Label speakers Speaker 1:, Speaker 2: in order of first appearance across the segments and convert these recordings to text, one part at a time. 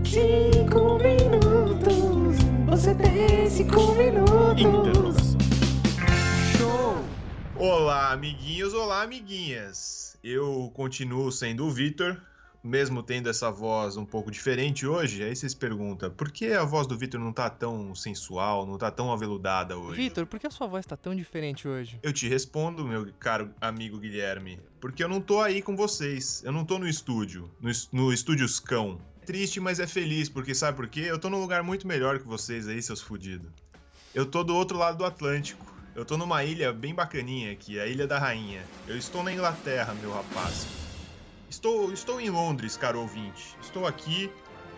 Speaker 1: 5 minutos. Você tem 5 minutos.
Speaker 2: Interrogação.
Speaker 1: Show!
Speaker 2: Olá, amiguinhos, olá, amiguinhas. Eu continuo sendo o Vitor, mesmo tendo essa voz um pouco diferente hoje. Aí vocês perguntam, por que a voz do Vitor não tá tão sensual, não tá tão aveludada hoje?
Speaker 3: Vitor, por que a sua voz tá tão diferente hoje?
Speaker 2: Eu te respondo, meu caro amigo Guilherme, porque eu não tô aí com vocês. Eu não tô no estúdio, no Estúdios Cão. É triste, mas é feliz, porque sabe por quê? Eu tô num lugar muito melhor que vocês aí, seus fudidos. Eu tô do outro lado do Atlântico. Eu tô numa ilha bem bacaninha aqui, a Ilha da Rainha. Eu estou na Inglaterra, meu rapaz. Estou em Londres, caro ouvinte. Estou aqui.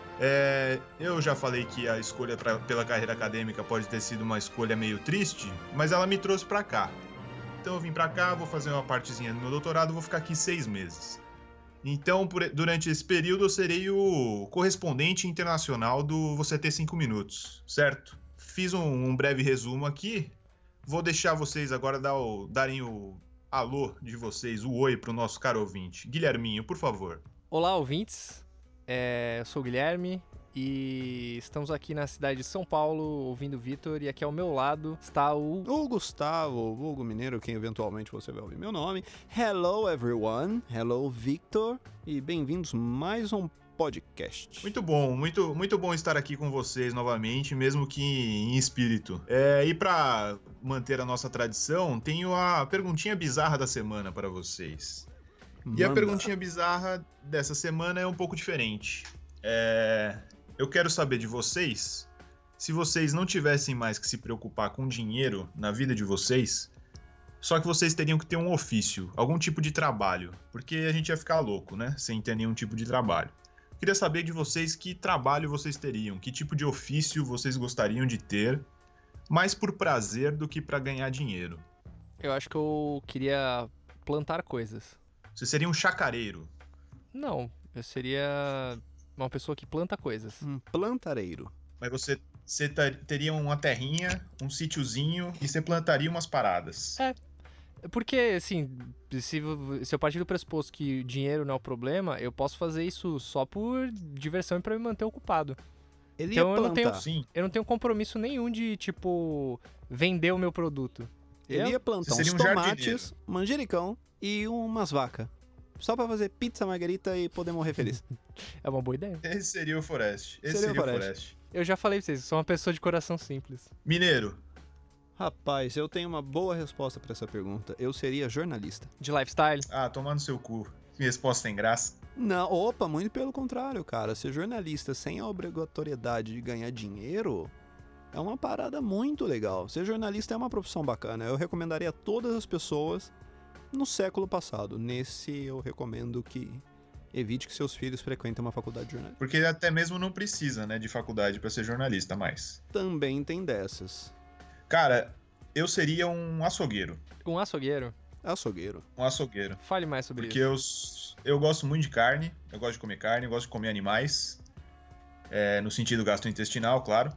Speaker 2: Eu já falei que a escolha pela carreira acadêmica pode ter sido uma escolha meio triste, mas ela me trouxe pra cá. Então eu vim pra cá, vou fazer uma partezinha do meu doutorado, vou ficar aqui 6 meses. Então, durante esse período, eu serei o correspondente internacional do Você Ter 5 Minutos, certo? Fiz um breve resumo aqui. Vou deixar vocês agora darem o alô de vocês, o oi pro nosso caro ouvinte. Guilherminho, por favor.
Speaker 3: Olá, ouvintes. Eu sou o Guilherme e estamos aqui na cidade de São Paulo ouvindo o Vitor, e aqui ao meu lado está o
Speaker 4: Gustavo, o vulgo mineiro, quem eventualmente você vai ouvir meu nome. Hello everyone, hello Victor, e bem-vindos mais um podcast.
Speaker 2: Muito bom, muito bom estar aqui com vocês novamente, mesmo que em espírito. E para manter a nossa tradição, tenho a perguntinha bizarra da semana para vocês. E a perguntinha bizarra dessa semana é um pouco diferente. Eu quero saber de vocês, se vocês não tivessem mais que se preocupar com dinheiro na vida de vocês, só que vocês teriam que ter um ofício, algum tipo de trabalho, porque a gente ia ficar louco, né, sem ter nenhum tipo de trabalho. Queria saber de vocês que trabalho vocês teriam, que tipo de ofício vocês gostariam de ter, mais por prazer do que para ganhar dinheiro.
Speaker 3: Eu acho que eu queria plantar coisas.
Speaker 2: Você seria um chacareiro.
Speaker 3: Não, eu seria uma pessoa que planta coisas.
Speaker 4: Um plantareiro.
Speaker 2: Mas você teria uma terrinha, um sítiozinho e você plantaria umas paradas.
Speaker 3: Porque, assim, se eu partir do pressuposto que dinheiro não é o problema, eu posso fazer isso só por diversão e pra me manter ocupado.
Speaker 4: Ele
Speaker 3: Então
Speaker 4: ia
Speaker 3: eu não
Speaker 4: plantar.
Speaker 2: Sim.
Speaker 3: Eu não tenho compromisso nenhum de, tipo, vender o meu produto.
Speaker 4: Ele ia plantar
Speaker 2: Você
Speaker 4: uns
Speaker 2: seria um
Speaker 4: tomates,
Speaker 2: jardineiro.
Speaker 4: manjericão e umas vacas. Só pra fazer pizza margarita e poder morrer feliz.
Speaker 3: É uma boa ideia.
Speaker 2: Esse seria o Forest.
Speaker 4: Seria o Forest.
Speaker 3: Eu já falei pra vocês, eu sou uma pessoa de coração simples.
Speaker 2: Mineiro.
Speaker 4: Rapaz, eu tenho uma boa resposta pra essa pergunta. Eu seria jornalista.
Speaker 3: De lifestyle.
Speaker 2: Tomar no seu cu. Que resposta sem graça.
Speaker 4: Não, opa, muito pelo contrário, cara. Ser jornalista sem a obrigatoriedade de ganhar dinheiro é uma parada muito legal. Ser jornalista é uma profissão bacana. Eu recomendaria a todas as pessoas no século passado. Nesse, eu recomendo que evite que seus filhos frequentem uma faculdade de jornalismo.
Speaker 2: Porque até mesmo não precisa, né, de faculdade pra ser jornalista mais.
Speaker 4: Também tem dessas.
Speaker 2: Cara, eu seria um açougueiro.
Speaker 3: Um açougueiro.
Speaker 4: Açougueiro.
Speaker 2: Um açougueiro.
Speaker 3: Fale mais sobre
Speaker 2: Porque
Speaker 3: isso.
Speaker 2: eu gosto muito de carne, eu gosto de comer carne, eu gosto de comer animais, no sentido gastrointestinal, claro.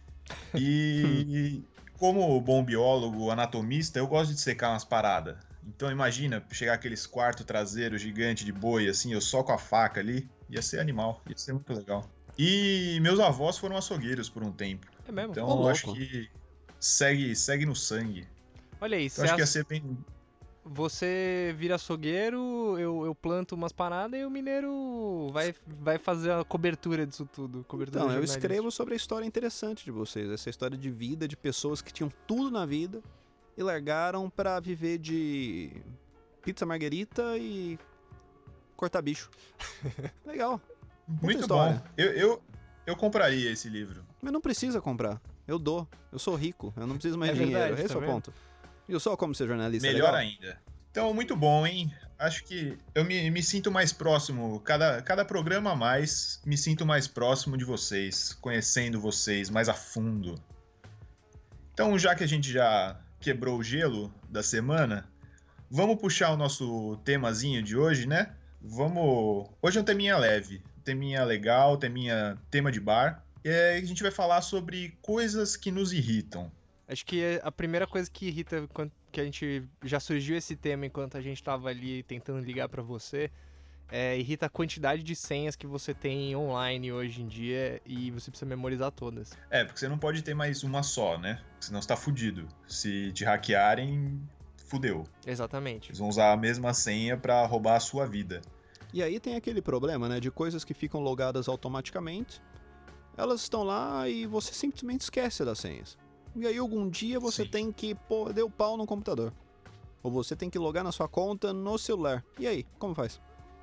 Speaker 2: E como bom biólogo, anatomista, eu gosto de secar umas paradas. Então imagina, chegar aqueles quartos traseiros gigantes de boi, assim, eu só com a faca ali, ia ser animal, ia ser muito legal. E meus avós foram açougueiros por um tempo.
Speaker 3: É mesmo?
Speaker 2: Então
Speaker 4: Ô,
Speaker 2: eu acho
Speaker 4: louco.
Speaker 2: que segue no sangue.
Speaker 3: Olha aí,
Speaker 2: Então acho que ia ser bem...
Speaker 3: você vira açougueiro, eu planto umas paradas e o mineiro vai fazer a cobertura disso tudo. Cobertura
Speaker 4: Então, eu
Speaker 3: jornalística.
Speaker 4: escrevo sobre a história interessante de vocês. Essa história de vida de pessoas que tinham tudo na vida e largaram pra viver de pizza margarita e cortar bicho. Legal.
Speaker 2: Muito
Speaker 4: história.
Speaker 2: bom. Eu compraria esse livro.
Speaker 4: Mas não precisa comprar. Eu dou. Eu sou rico. Eu não preciso mais de dinheiro.
Speaker 3: verdade,
Speaker 4: Esse
Speaker 3: tá
Speaker 4: é o
Speaker 3: vendo?
Speaker 4: ponto. E só como ser jornalista.
Speaker 2: Melhor
Speaker 4: legal?
Speaker 2: ainda. Então, muito bom, hein? Acho que eu me sinto mais próximo. Cada programa a mais, me sinto mais próximo de vocês, conhecendo vocês mais a fundo. Então, já que a gente já quebrou o gelo da semana, vamos puxar o nosso temazinho de hoje, né? Hoje é um teminha leve, teminha legal, tema de bar. E a gente vai falar sobre coisas que nos irritam.
Speaker 3: Acho que a primeira coisa que irrita, que a gente já surgiu esse tema enquanto a gente tava ali tentando ligar pra você, irrita a quantidade de senhas que você tem online hoje em dia e você precisa memorizar todas.
Speaker 2: Porque você não pode ter mais uma só, né? Senão você tá fudido. Se te hackearem, fudeu.
Speaker 3: Exatamente.
Speaker 2: Eles vão usar a mesma senha pra roubar a sua vida.
Speaker 4: E aí tem aquele problema, né, de coisas que ficam logadas automaticamente. Elas estão lá e você simplesmente esquece das senhas. E aí algum dia você
Speaker 2: Sim.
Speaker 4: tem que pôr o pau no computador. Ou você tem que logar na sua conta no celular. E aí, como faz?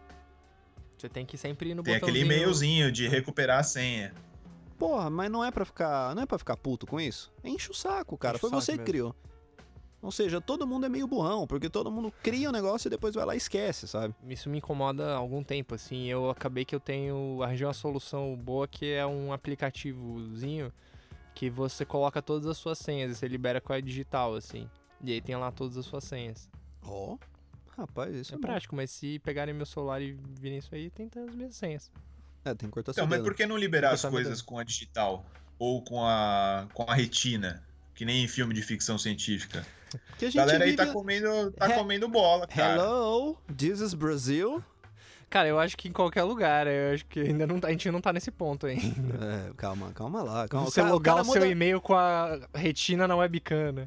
Speaker 3: Você tem que sempre ir no
Speaker 2: Tem
Speaker 3: botãozinho...
Speaker 2: aquele e-mailzinho de recuperar a senha.
Speaker 4: Porra, mas não é pra ficar puto com isso? Enche o saco, cara.
Speaker 3: Enche o
Speaker 4: Foi você
Speaker 3: saco
Speaker 4: que
Speaker 3: mesmo.
Speaker 4: criou. Ou seja, todo mundo é meio burrão, porque todo mundo cria um negócio e depois vai lá e esquece, sabe?
Speaker 3: Isso me incomoda há algum tempo, assim. Eu acabei que arranjei uma solução boa que é um aplicativozinho que você coloca todas as suas senhas e você libera com a digital, assim. E aí tem lá todas as suas senhas.
Speaker 4: Ó, rapaz, isso
Speaker 3: É
Speaker 4: é bom.
Speaker 3: prático, mas se pegarem meu celular e virem isso aí, tem as minhas senhas.
Speaker 4: É, tem que cortar
Speaker 2: Então,
Speaker 4: seu
Speaker 2: mas
Speaker 4: dedo.
Speaker 2: por que não liberar
Speaker 3: Tem
Speaker 2: as
Speaker 3: que cortar meu
Speaker 2: coisas com a digital? Ou com a retina? Que nem em filme de ficção científica.
Speaker 4: Porque a
Speaker 2: A
Speaker 4: gente
Speaker 2: galera aí
Speaker 4: vive...
Speaker 2: comendo bola, cara.
Speaker 4: Hello, this is Brazil.
Speaker 3: Cara, eu acho que em qualquer lugar, eu acho que ainda não, a gente não tá nesse ponto ainda.
Speaker 4: É, calma lá. Calma.
Speaker 3: Você logar o seu
Speaker 4: muda,
Speaker 3: e-mail com a retina na webcam, né?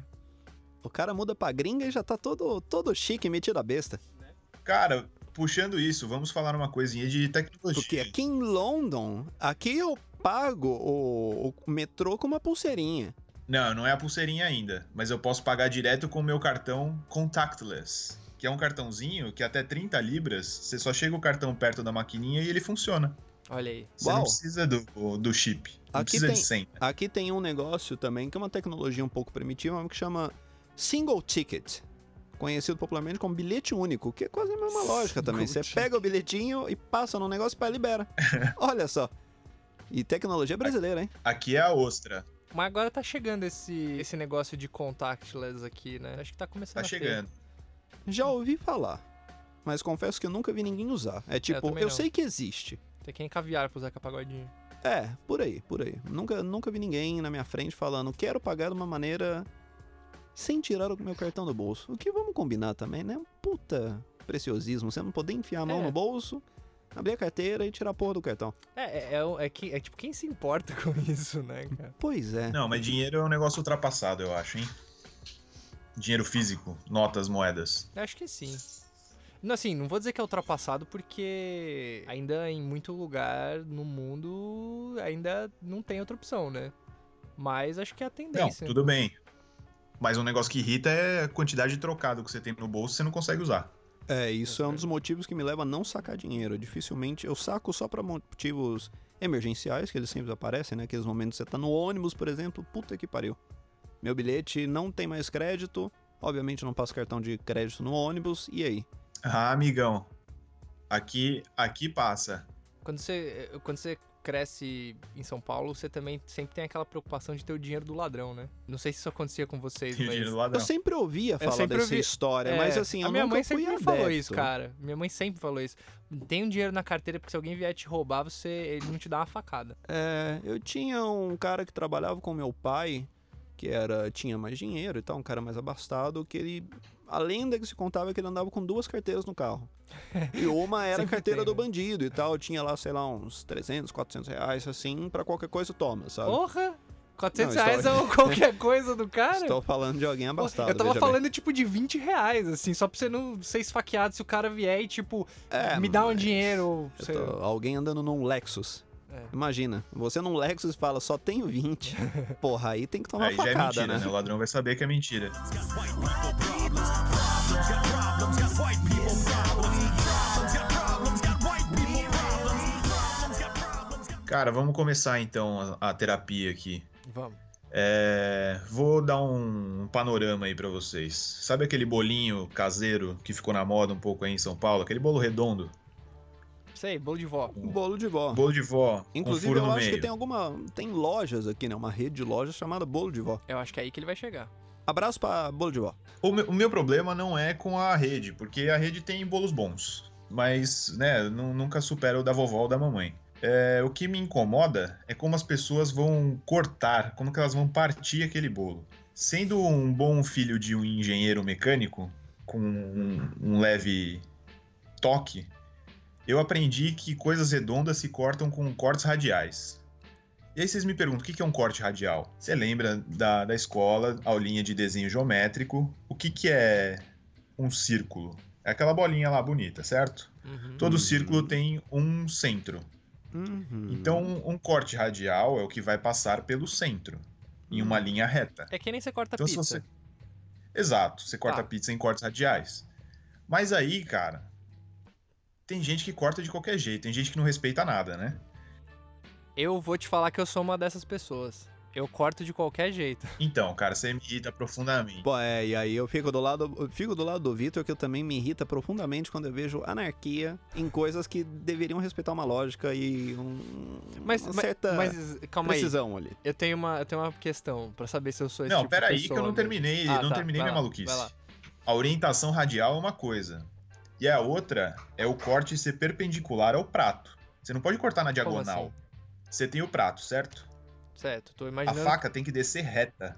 Speaker 4: o cara muda pra gringa e já tá todo chique, metido a besta.
Speaker 2: Cara, puxando isso, vamos falar uma coisinha de tecnologia.
Speaker 4: Porque aqui em London, aqui eu pago o metrô com uma pulseirinha.
Speaker 2: Não é a pulseirinha ainda, mas eu posso pagar direto com o meu cartão contactless, que é um cartãozinho que até 30 libras, você só chega o cartão perto da maquininha e ele funciona.
Speaker 3: Olha aí.
Speaker 2: Você
Speaker 4: Uau.
Speaker 2: não precisa do chip, não
Speaker 4: Aqui
Speaker 2: precisa
Speaker 4: tem-
Speaker 2: de senha.
Speaker 4: Aqui tem um negócio também, que é uma tecnologia um pouco primitiva, que chama Single Ticket. Conhecido popularmente como bilhete único, que é quase a mesma lógica também. Você pega o bilhetinho e passa no negócio e libera. Olha só. E tecnologia brasileira, hein?
Speaker 2: Aqui é a ostra,
Speaker 3: Mas agora tá chegando esse negócio de contactless aqui, né? Acho que tá começando
Speaker 2: tá
Speaker 3: a ter.
Speaker 2: chegando.
Speaker 4: Já ouvi falar, mas confesso que eu nunca vi ninguém usar. É tipo,
Speaker 3: também
Speaker 4: eu
Speaker 3: não.
Speaker 4: sei que existe.
Speaker 3: Tem quem caviar pro Zeca Pagodinho.
Speaker 4: É, por aí. Nunca vi ninguém na minha frente falando, quero pagar de uma maneira sem tirar o meu cartão do bolso. O que vamos combinar também, né? Um puta preciosismo. Você não poder enfiar a mão
Speaker 3: É.
Speaker 4: no bolso, abrir a carteira e tirar a porra do cartão.
Speaker 3: É tipo, quem se importa com isso, né, cara?
Speaker 4: Pois é.
Speaker 2: Não, mas dinheiro é um negócio ultrapassado, eu acho, hein? Dinheiro físico, notas, moedas.
Speaker 3: Eu acho que sim. Não, assim, não vou dizer que é ultrapassado porque ainda em muito lugar no mundo ainda não tem outra opção, né? Mas acho que é a
Speaker 2: Não,
Speaker 3: tendência.
Speaker 2: tudo bem. Mas um negócio que irrita é a quantidade de trocado que você tem no bolso e você não consegue usar.
Speaker 4: É, isso é um dos motivos que me leva a não sacar dinheiro. Dificilmente eu saco só pra motivos emergenciais, que eles sempre aparecem, né? Aqueles momentos que você tá no ônibus, por exemplo, puta que pariu. Meu bilhete não tem mais crédito, obviamente não passo cartão de crédito no ônibus, e aí?
Speaker 2: Ah, amigão. Aqui passa.
Speaker 3: Quando você cresce em São Paulo, você também sempre tem aquela preocupação de ter o dinheiro do ladrão, né? Não sei se isso acontecia com vocês,
Speaker 2: Tem o
Speaker 3: mas...
Speaker 2: dinheiro do
Speaker 4: Eu
Speaker 2: ladrão.
Speaker 4: sempre ouvia falar
Speaker 3: sempre
Speaker 4: dessa
Speaker 3: ouvi-
Speaker 4: história,
Speaker 3: É,
Speaker 4: mas assim, eu
Speaker 3: a minha
Speaker 4: nunca
Speaker 3: mãe
Speaker 4: fui
Speaker 3: sempre me
Speaker 4: adepto.
Speaker 3: falou isso, cara. Minha mãe sempre falou isso. Tem um dinheiro na carteira, porque se alguém vier te roubar, ele não te dá uma facada.
Speaker 4: É, eu tinha um cara que trabalhava com meu pai, que tinha mais dinheiro e tal, um cara mais abastado, que ele... A lenda que se contava é que ele andava com 2 carteiras no carro. E uma era a
Speaker 3: Sempre
Speaker 4: carteira
Speaker 3: tem,
Speaker 4: do
Speaker 3: né?
Speaker 4: bandido e tal. Tinha lá, sei lá, uns 300, 400 reais, assim, pra qualquer coisa toma, sabe?
Speaker 3: Porra! 400
Speaker 4: Não,
Speaker 3: reais é qualquer coisa do cara?
Speaker 4: Estou falando de alguém abastado.
Speaker 3: Eu tava
Speaker 4: veja bem.
Speaker 3: falando, tipo, de 20 reais, assim, só pra você não ser esfaqueado se o cara vier e, tipo,
Speaker 4: É,
Speaker 3: me dá um
Speaker 4: mas
Speaker 3: dinheiro.
Speaker 4: Alguém andando num Lexus.
Speaker 3: É.
Speaker 4: Imagina, você num Lexus fala, só tenho 20. Porra, aí tem que tomar
Speaker 2: Aí já é
Speaker 4: facada,
Speaker 2: mentira,
Speaker 4: né?
Speaker 2: né? O ladrão vai saber que é mentira. Cara, vamos começar então a terapia aqui.
Speaker 3: Vamos.
Speaker 2: Vou dar um panorama aí pra vocês. Sabe aquele bolinho caseiro que ficou na moda um pouco aí em São Paulo? Aquele bolo redondo?
Speaker 3: Sei, bolo de vó.
Speaker 4: Bolo de vó.
Speaker 2: Bolo de vó,
Speaker 4: Inclusive,
Speaker 2: com furo
Speaker 4: eu
Speaker 2: no
Speaker 4: acho
Speaker 2: meio.
Speaker 4: que tem lojas aqui, né? Uma rede de lojas chamada Bolo de Vó.
Speaker 3: Eu acho que é aí que ele vai chegar.
Speaker 4: Abraço pra Bolo de Vó.
Speaker 2: O meu problema não é com a rede, porque a rede tem bolos bons. Mas, né, nunca supera o da vovó ou da mamãe. O que me incomoda é como as pessoas vão cortar, como que elas vão partir aquele bolo. Sendo um bom filho de um engenheiro mecânico, com um leve toque, eu aprendi que coisas redondas se cortam com cortes radiais. E aí vocês me perguntam, o que é um corte radial? Você lembra da escola, aulinha de desenho geométrico, o que é um círculo? É aquela bolinha lá bonita, certo? Todo círculo tem um centro. Então, um corte radial é o que vai passar pelo centro, em uma linha reta.
Speaker 3: É que nem você corta
Speaker 2: Então,
Speaker 3: pizza.
Speaker 2: Exato, você corta pizza em cortes radiais. Mas aí, cara, tem gente que corta de qualquer jeito, tem gente que não respeita nada, né?
Speaker 3: Eu vou te falar que eu sou uma dessas pessoas. Eu corto de qualquer jeito.
Speaker 2: Então, cara, você me irrita profundamente.
Speaker 4: Pô, e aí eu fico do lado do Vitor, que eu também me irrita profundamente quando eu vejo anarquia em coisas que deveriam respeitar uma lógica e uma certa
Speaker 3: calma
Speaker 4: precisão
Speaker 3: aí.
Speaker 4: ali.
Speaker 3: Eu tenho uma questão pra saber se eu sou esse
Speaker 2: Não,
Speaker 3: tipo de
Speaker 2: pera aí
Speaker 3: pessoa
Speaker 2: que eu não
Speaker 3: mesmo.
Speaker 2: terminei, terminei minha
Speaker 3: vai lá,
Speaker 2: maluquice.
Speaker 3: vai lá.
Speaker 2: A orientação radial é uma coisa. E a outra é o corte ser perpendicular ao prato. Você não pode cortar na diagonal.
Speaker 3: assim?
Speaker 2: Você tem o prato, certo?
Speaker 3: Certo, tô
Speaker 2: A
Speaker 3: imaginando...
Speaker 2: faca tem que descer reta.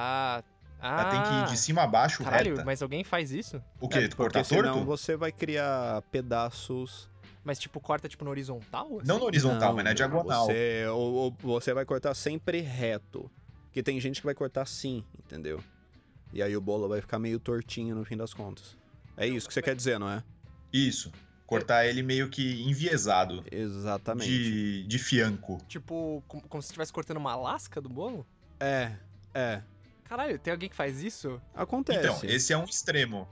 Speaker 2: Ela tem que ir de cima a baixo
Speaker 3: Caralho,
Speaker 2: reta.
Speaker 3: mas alguém faz isso?
Speaker 2: O quê? Cortar
Speaker 4: Porque senão
Speaker 2: torto?
Speaker 4: você vai criar pedaços...
Speaker 3: Mas tipo, corta tipo no horizontal? Assim?
Speaker 2: Não no horizontal, mas na diagonal.
Speaker 4: Você vai cortar sempre reto. Porque tem gente que vai cortar assim, entendeu? E aí o bolo vai ficar meio tortinho no fim das contas. É isso que você quer dizer, não é?
Speaker 2: Isso. Cortar ele meio que enviesado.
Speaker 4: Exatamente.
Speaker 2: De fianco.
Speaker 3: Tipo, como se estivesse cortando uma lasca do bolo?
Speaker 4: É.
Speaker 3: Caralho, tem alguém que faz isso?
Speaker 4: Acontece.
Speaker 2: Então, esse é um extremo.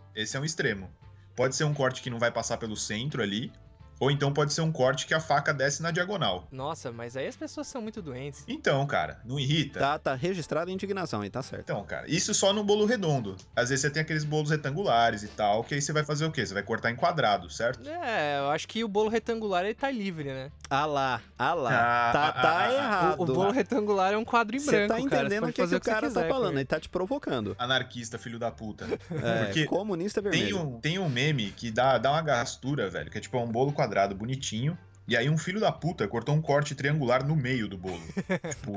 Speaker 2: Pode ser um corte que não vai passar pelo centro ali, ou então pode ser um corte que a faca desce na diagonal.
Speaker 3: Nossa, mas aí as pessoas são muito doentes.
Speaker 2: Então, cara, não irrita?
Speaker 4: Tá registrada a indignação aí, tá certo.
Speaker 2: Então, cara, isso só no bolo redondo. Às vezes você tem aqueles bolos retangulares e tal, que aí você vai fazer o quê? Você vai cortar em quadrado, certo?
Speaker 3: Eu acho que o bolo retangular ele tá livre, né?
Speaker 4: Ah lá. Tá errado.
Speaker 3: O bolo retangular é um quadro em
Speaker 4: Você
Speaker 3: branco,
Speaker 4: tá entendendo
Speaker 3: cara.
Speaker 4: o que o cara tá falando, ele tá te provocando.
Speaker 2: Anarquista, filho da puta.
Speaker 4: Porque comunista vermelho.
Speaker 2: Tem um meme que dá uma gastura, velho, que é tipo um bolo quadrado bonitinho, e aí um filho da puta cortou um corte triangular no meio do bolo. Tipo,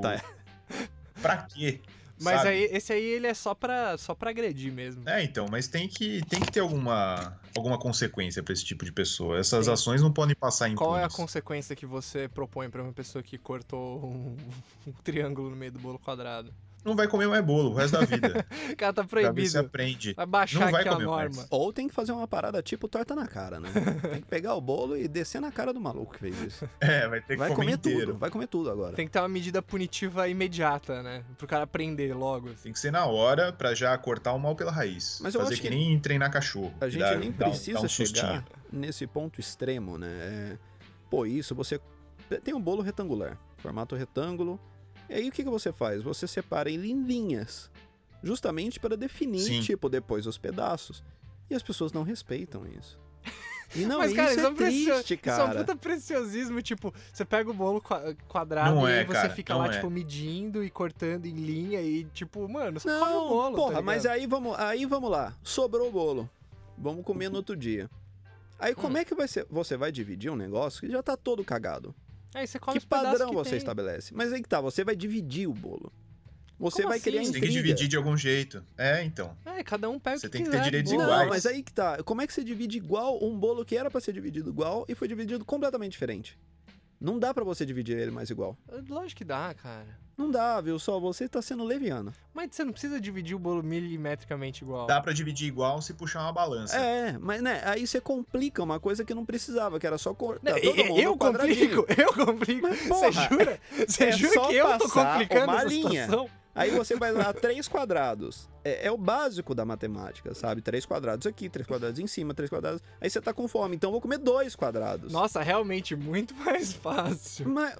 Speaker 2: pra quê?
Speaker 3: Mas
Speaker 2: sabe?
Speaker 3: aí, esse aí ele é só pra agredir mesmo.
Speaker 2: Então, mas tem que ter alguma consequência pra esse tipo de pessoa. Essas ações não podem passar impunes.
Speaker 3: Qual é a consequência que você propõe pra uma pessoa que cortou um triângulo no meio do bolo quadrado?
Speaker 2: Não vai comer mais bolo o resto da vida.
Speaker 3: O cara tá
Speaker 2: Pra ver se
Speaker 3: proibido.
Speaker 2: aprende.
Speaker 3: Vai baixar
Speaker 2: Não vai
Speaker 3: aqui a
Speaker 2: comer
Speaker 3: norma.
Speaker 2: mais.
Speaker 4: Ou tem que fazer uma parada tipo torta na cara, né? Tem que pegar o bolo e descer na cara do maluco que fez isso.
Speaker 2: Vai ter que
Speaker 4: Vai
Speaker 2: comer
Speaker 4: comer
Speaker 2: inteiro.
Speaker 4: tudo, vai comer tudo agora.
Speaker 3: Tem que ter uma medida punitiva imediata, né? Pro cara aprender logo. Assim.
Speaker 2: Tem que ser na hora pra já cortar o mal pela raiz.
Speaker 4: Mas eu
Speaker 2: fazer
Speaker 4: acho
Speaker 2: que
Speaker 4: que
Speaker 2: nem treinar cachorro.
Speaker 4: A gente nem precisa chegar nesse ponto extremo, né? Isso, você tem um bolo retangular, formato retângulo, e aí o que você faz? Você separa em linhas, justamente para definir, tipo, depois os pedaços. E as pessoas não respeitam isso. E não,
Speaker 3: mas, cara,
Speaker 4: isso é triste, cara.
Speaker 3: Isso é um puta preciosismo, tipo, você pega o bolo quadrado
Speaker 2: Não
Speaker 3: e aí você
Speaker 2: cara,
Speaker 3: fica lá, tipo, medindo e cortando em linha e, tipo, mano, você come o bolo,
Speaker 4: porra,
Speaker 3: tá
Speaker 4: mas aí vamos lá. Sobrou o bolo. Vamos comer no outro dia. Aí como é que vai ser? Você vai dividir um negócio que já tá todo cagado.
Speaker 3: Aí você come
Speaker 4: Que
Speaker 3: os pedaços
Speaker 4: padrão
Speaker 3: que
Speaker 4: você
Speaker 3: tem.
Speaker 4: estabelece? Mas aí que tá, você vai dividir o bolo. Você
Speaker 3: Como
Speaker 4: vai
Speaker 3: assim?
Speaker 4: criar
Speaker 2: Você
Speaker 4: intriga.
Speaker 2: tem que dividir de algum jeito. Então.
Speaker 3: Cada um pega
Speaker 2: Você
Speaker 3: o que
Speaker 2: tem que
Speaker 3: quiser
Speaker 2: ter
Speaker 3: de
Speaker 2: direitos
Speaker 3: bolo.
Speaker 2: iguais.
Speaker 4: Não, mas aí que tá. Como é que você divide igual um bolo que era pra ser dividido igual e foi dividido completamente diferente? Não dá pra você dividir ele mais igual.
Speaker 3: Lógico que dá, cara.
Speaker 4: Não dá, viu? Só você tá sendo leviano.
Speaker 3: Mas você não precisa dividir o bolo milimetricamente igual.
Speaker 2: Dá pra dividir igual se puxar uma balança.
Speaker 4: Mas né, aí você complica uma coisa que não precisava, que era só cortar
Speaker 3: Não,
Speaker 4: todo mundo
Speaker 3: eu
Speaker 4: no quadradinho.
Speaker 3: complico.
Speaker 4: Mas,
Speaker 3: Você
Speaker 4: porra,
Speaker 3: jura? Você jura
Speaker 4: só
Speaker 3: que eu tô
Speaker 4: passar
Speaker 3: complicando
Speaker 4: uma
Speaker 3: essa
Speaker 4: linha.
Speaker 3: situação?
Speaker 4: Aí você vai lá 3 quadrados. É o básico da matemática, sabe? 3 quadrados aqui, 3 quadrados em cima, 3 quadrados... Aí você tá com fome, então eu vou comer 2 quadrados.
Speaker 3: Nossa, realmente muito mais fácil.
Speaker 4: Mas...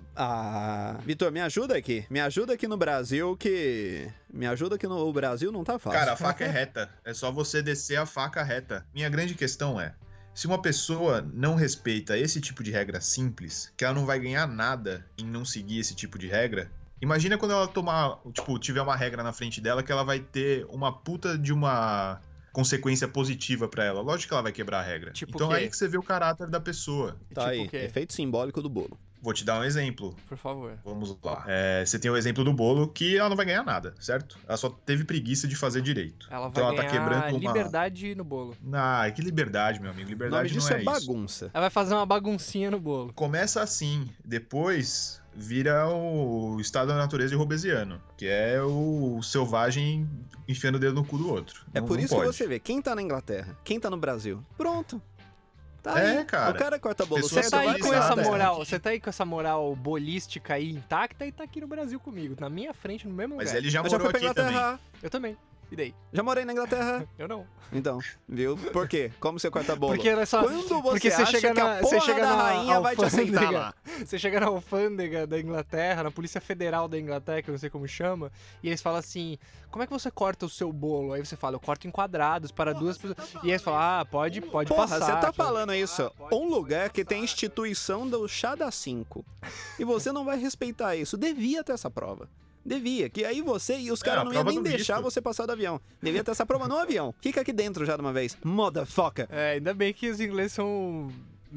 Speaker 4: Vitor, me ajuda aqui. Me ajuda aqui no Brasil que... Me ajuda que no Brasil não tá fácil.
Speaker 2: Cara, a faca é reta. É só você descer a faca reta. Minha grande questão é, se uma pessoa não respeita esse tipo de regra simples, que ela não vai ganhar nada em não seguir esse tipo de regra, imagina quando ela tiver uma regra na frente dela que ela vai ter uma puta de uma consequência positiva pra ela. Lógico que ela vai quebrar a regra.
Speaker 3: Tipo
Speaker 2: então
Speaker 3: o quê?
Speaker 2: aí que você vê o caráter da pessoa.
Speaker 4: Tá
Speaker 3: Tipo
Speaker 4: aí,
Speaker 3: o quê?
Speaker 4: efeito simbólico do bolo.
Speaker 2: Vou te dar um exemplo.
Speaker 3: Por favor.
Speaker 2: Vamos lá. Você tem o exemplo do bolo que ela não vai ganhar nada, certo? Ela só teve preguiça de fazer direito.
Speaker 3: Ela vai
Speaker 2: Então ela
Speaker 3: ganhar
Speaker 2: tá quebrando uma...
Speaker 3: liberdade no bolo.
Speaker 2: Ah, que liberdade, meu amigo.
Speaker 4: O
Speaker 2: Liberdade
Speaker 4: nome disso
Speaker 2: não
Speaker 4: é
Speaker 2: isso.
Speaker 4: bagunça.
Speaker 3: Ela vai fazer uma baguncinha no bolo.
Speaker 2: Começa assim, depois vira o estado da natureza de Robesiano, que é o selvagem enfiando o dedo no cu do outro.
Speaker 4: É
Speaker 2: Não-
Speaker 4: por
Speaker 2: não
Speaker 4: isso
Speaker 2: pode.
Speaker 4: que você vê, quem tá na Inglaterra, quem tá no Brasil, pronto. Tá
Speaker 2: É,
Speaker 4: aí.
Speaker 2: cara.
Speaker 4: O cara corta bolo
Speaker 2: Pessoas
Speaker 3: Você
Speaker 4: certo,
Speaker 3: tá aí
Speaker 4: vai
Speaker 3: com
Speaker 4: pra
Speaker 3: essa
Speaker 4: Inglaterra.
Speaker 3: moral, você tá aí com essa moral bolística aí intacta e tá aqui no Brasil comigo, na minha frente, no mesmo
Speaker 2: Mas
Speaker 3: lugar.
Speaker 2: ele já
Speaker 4: Eu já
Speaker 2: morou
Speaker 4: fui pra
Speaker 2: aqui também.
Speaker 4: Inglaterra.
Speaker 3: Eu também. E daí?
Speaker 4: Já morei na Inglaterra.
Speaker 3: Eu não.
Speaker 4: Então, viu? Por quê? Como você corta bolo?
Speaker 3: Porque era só.
Speaker 4: Quando você
Speaker 3: porque você
Speaker 4: acha
Speaker 3: chega
Speaker 4: que a
Speaker 3: na,
Speaker 4: porra
Speaker 3: você chega
Speaker 4: da
Speaker 3: na
Speaker 4: rainha vai te aceitar
Speaker 3: alfândega,
Speaker 4: lá.
Speaker 3: Você chega na alfândega da Inglaterra, na Polícia Federal da Inglaterra, que eu não sei como chama, e eles falam assim: como é que você corta o seu bolo? Aí você fala: eu corto em quadrados para duas pessoas. E aí eles falam: ah, pode
Speaker 4: Porra,
Speaker 3: passar.
Speaker 4: você tá
Speaker 3: pode.
Speaker 4: falando isso. Um lugar que tem instituição do chá da 5. E você não vai respeitar isso. Devia ter essa prova. Devia, que aí você e os caras
Speaker 2: a
Speaker 4: não iam
Speaker 2: prova
Speaker 4: nem
Speaker 2: do
Speaker 4: deixar
Speaker 2: visto.
Speaker 4: você passar do avião. Devia ter essa prova no avião. Fica aqui dentro já de uma vez. Motherfucker.
Speaker 3: É, ainda bem que os ingleses são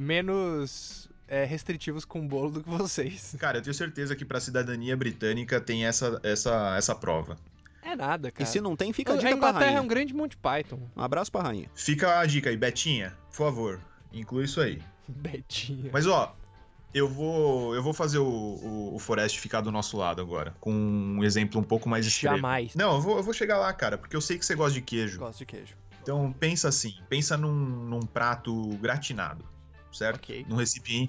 Speaker 3: menos restritivos com o bolo do que vocês.
Speaker 2: Cara, eu tenho certeza que pra cidadania britânica tem essa prova.
Speaker 3: É nada, cara.
Speaker 4: E se não tem, fica a
Speaker 3: A
Speaker 4: dica pra
Speaker 3: Inglaterra é
Speaker 4: rainha.
Speaker 3: um grande Monty Python.
Speaker 4: Um abraço pra rainha.
Speaker 2: Fica a dica aí, Betinha, por favor, inclui isso aí.
Speaker 3: Betinha.
Speaker 2: Mas ó, eu vou fazer o Forest ficar do nosso lado agora, com um exemplo um pouco mais extremo.
Speaker 3: Jamais.
Speaker 2: Não, eu vou chegar lá, cara, porque eu sei que você gosta de queijo.
Speaker 3: Gosto de queijo.
Speaker 2: Então pensa assim, pensa num prato gratinado, certo?
Speaker 3: Ok.
Speaker 2: Num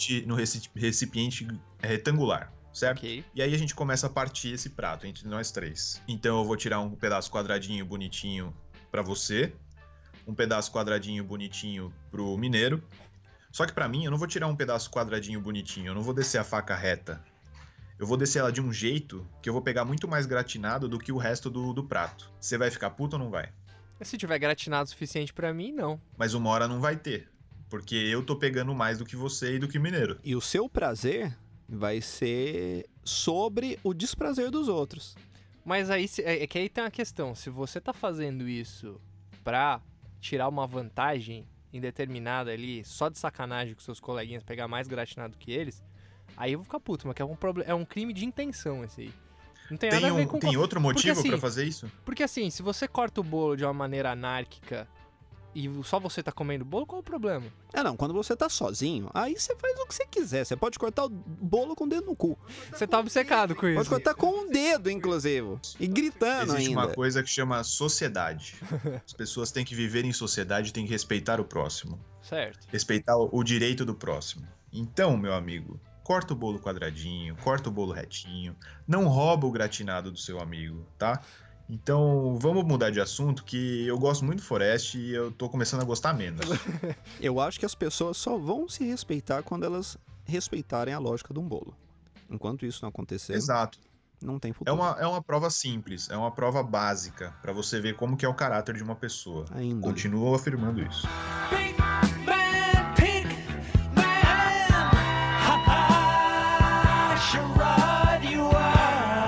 Speaker 2: recipiente retangular, certo?
Speaker 3: Ok.
Speaker 2: E aí a gente começa a partir esse prato entre nós três. Então eu vou tirar um pedaço quadradinho bonitinho pra você, um pedaço quadradinho bonitinho pro mineiro. Só que pra mim eu não vou tirar um pedaço quadradinho bonitinho, eu não vou descer a faca reta. Eu vou descer ela de um jeito que eu vou pegar muito mais gratinado do que o resto do prato. Você vai ficar puto ou não vai?
Speaker 3: Se tiver gratinado o suficiente pra mim, não.
Speaker 2: Mas uma hora não vai ter. Porque eu tô pegando mais do que você e do que o mineiro.
Speaker 4: E o seu prazer vai ser sobre o desprazer dos outros.
Speaker 3: Mas aí, é que aí tem uma questão. Se você tá fazendo isso pra tirar uma vantagem indeterminada ali, só de sacanagem com seus coleguinhas, pegar mais gratinado que eles, aí eu vou ficar puto, mas que é um crime de intenção esse aí. Não tem nada a ver com...
Speaker 2: Tem outro motivo
Speaker 3: assim,
Speaker 2: pra fazer isso?
Speaker 3: Porque assim, se você corta o bolo de uma maneira anárquica e só você tá comendo bolo, qual é o problema?
Speaker 4: Não, quando você tá sozinho, aí você faz o que você quiser. Você pode cortar o bolo com o dedo no cu.
Speaker 3: Você tá obcecado com isso.
Speaker 4: Pode cortar com o dedo, inclusive. E gritando
Speaker 2: Existe
Speaker 4: ainda.
Speaker 2: uma coisa que chama sociedade. As pessoas têm que viver em sociedade, têm que respeitar o próximo.
Speaker 3: Certo.
Speaker 2: Respeitar o direito do próximo. Então, meu amigo, corta o bolo quadradinho, corta o bolo retinho. Não rouba o gratinado do seu amigo, tá? Então, vamos mudar de assunto, que eu gosto muito do Forest e eu tô começando a gostar menos.
Speaker 4: Eu acho que as pessoas só vão se respeitar quando elas respeitarem a lógica de um bolo. Enquanto isso não acontecer,
Speaker 2: Exato.
Speaker 4: não tem futuro.
Speaker 2: É uma prova simples, é uma prova básica, pra você ver como que é o caráter de uma pessoa.
Speaker 4: Ainda.
Speaker 2: Continuo afirmando isso.
Speaker 1: Pink man, pink man, ha ha, charade you are.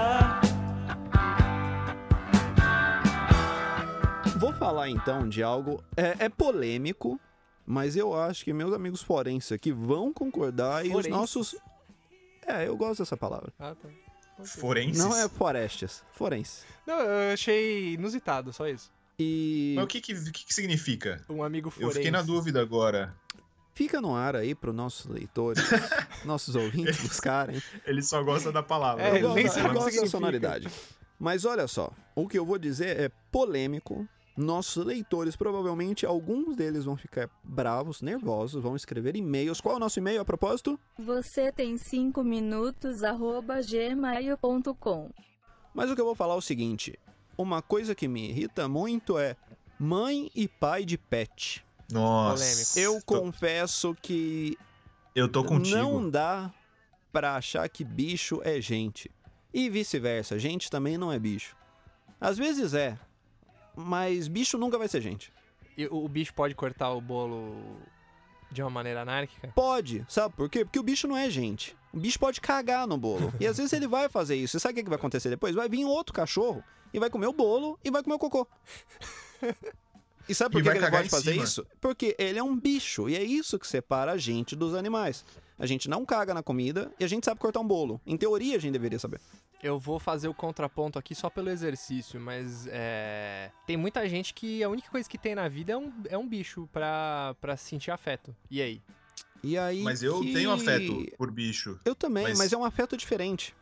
Speaker 4: Vou falar então de algo é polêmico, mas eu acho que meus amigos forenses aqui vão concordar e os
Speaker 3: Forenses?
Speaker 4: nossos... eu gosto dessa palavra.
Speaker 3: Ah, tá. Ok.
Speaker 2: Forenses?
Speaker 4: Não é forestes, forense.
Speaker 3: Não, eu achei inusitado, só isso.
Speaker 4: E
Speaker 2: Mas o que significa?
Speaker 3: Um amigo
Speaker 2: Eu
Speaker 3: forense.
Speaker 2: fiquei na dúvida agora.
Speaker 4: fica no ar aí para os nossos leitores, nossos ouvintes buscarem.
Speaker 2: Ele só gosta da palavra.
Speaker 3: É,
Speaker 4: Eu
Speaker 3: nem
Speaker 4: gosto,
Speaker 3: sabe o
Speaker 4: eu
Speaker 3: que
Speaker 4: gosto da
Speaker 3: significa.
Speaker 4: sonoridade. Mas olha só, o que eu vou dizer é polêmico. Nossos leitores, provavelmente, alguns deles vão ficar bravos, nervosos, vão escrever e-mails. Qual é o nosso e-mail a propósito?
Speaker 5: Você tem 5 minutos, @gmail.com.
Speaker 4: Mas o que eu vou falar é o seguinte. Uma coisa que me irrita muito é mãe e pai de pet.
Speaker 2: Nossa.
Speaker 3: Polêmico.
Speaker 4: Eu confesso que
Speaker 2: Eu tô contigo.
Speaker 4: não dá pra achar que bicho é gente. E vice-versa, gente também não é bicho. Às vezes é, mas bicho nunca vai ser gente.
Speaker 3: E o bicho pode cortar o bolo de uma maneira anárquica?
Speaker 4: Pode, sabe por quê? Porque o bicho não é gente. O bicho pode cagar no bolo. E às vezes ele vai fazer isso. E sabe o que vai acontecer depois? Vai vir outro cachorro e vai comer o bolo e vai comer o cocô. E sabe por
Speaker 2: E
Speaker 4: que
Speaker 2: vai
Speaker 4: ele
Speaker 2: cagar
Speaker 4: pode
Speaker 2: em
Speaker 4: fazer
Speaker 2: cima.
Speaker 4: isso? Porque ele é um bicho. E é isso que separa a gente dos animais. A gente não caga na comida e a gente sabe cortar um bolo. Em teoria, a gente deveria saber.
Speaker 3: Eu vou fazer o contraponto aqui só pelo exercício, mas tem muita gente que a única coisa que tem na vida é um bicho pra sentir afeto. E aí?
Speaker 4: E aí
Speaker 2: Mas eu
Speaker 4: que-
Speaker 2: tenho afeto por bicho.
Speaker 4: Eu também,
Speaker 2: Mas-
Speaker 4: mas é um afeto diferente.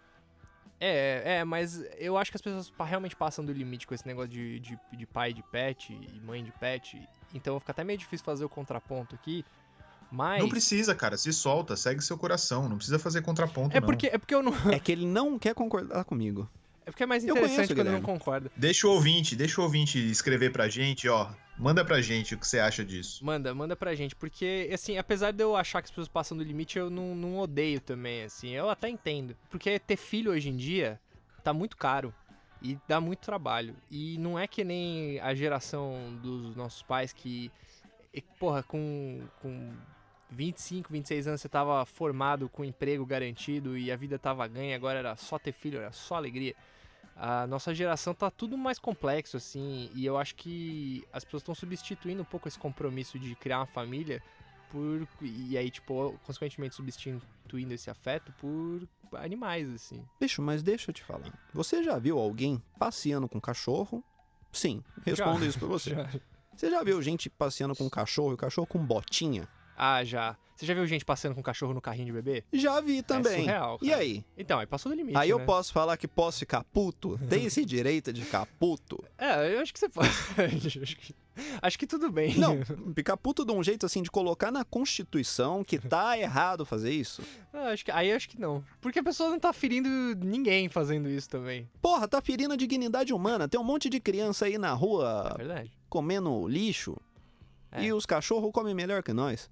Speaker 3: Mas eu acho que as pessoas realmente passam do limite com esse negócio de pai de pet e mãe de pet. Então fica até meio difícil fazer o contraponto aqui. Mas.
Speaker 2: Não precisa, cara. Se solta, segue seu coração. Não precisa fazer contraponto,
Speaker 3: É
Speaker 2: não.
Speaker 3: porque eu não.
Speaker 4: É que ele não quer concordar comigo.
Speaker 3: É porque é mais
Speaker 4: Eu
Speaker 3: interessante
Speaker 4: conheço,
Speaker 3: quando não
Speaker 4: Guilherme.
Speaker 3: concorda.
Speaker 2: Deixa o ouvinte escrever pra gente, ó. Manda pra gente o que você acha disso.
Speaker 3: Manda pra gente, porque, assim, apesar de eu achar que as pessoas passam do limite, eu não odeio também, assim, eu até entendo. Porque ter filho hoje em dia tá muito caro e dá muito trabalho. E não é que nem a geração dos nossos pais que, porra, com 25, 26 anos você tava formado com emprego garantido e a vida tava ganha, agora era só ter filho, era só alegria. A nossa geração tá tudo mais complexo, assim, e eu acho que as pessoas estão substituindo um pouco esse compromisso de criar uma família e aí, tipo, consequentemente substituindo esse afeto por animais, assim.
Speaker 4: Bicho, mas deixa eu te falar. Você já viu alguém passeando com cachorro? Sim, respondo isso pra você. Você já viu gente passeando com cachorro e o cachorro com botinha?
Speaker 3: Ah, já. Você já viu gente passeando com cachorro no carrinho de bebê?
Speaker 4: Já vi também.
Speaker 3: surreal,
Speaker 4: E
Speaker 3: cara.
Speaker 4: aí?
Speaker 3: Então, aí passou do limite,
Speaker 4: Aí eu
Speaker 3: né?
Speaker 4: posso falar que posso ficar puto? Tem esse direito de ficar puto?
Speaker 3: Eu acho que você pode. acho que tudo bem.
Speaker 4: Não, ficar puto de um jeito assim de colocar na Constituição que tá errado fazer isso.
Speaker 3: Aí eu acho que não. Porque a pessoa não tá ferindo ninguém fazendo isso também.
Speaker 4: Porra, tá ferindo a dignidade humana. Tem um monte de criança aí na
Speaker 3: É
Speaker 4: rua
Speaker 3: verdade.
Speaker 4: comendo lixo.
Speaker 3: É.
Speaker 4: E os cachorros comem melhor que nós.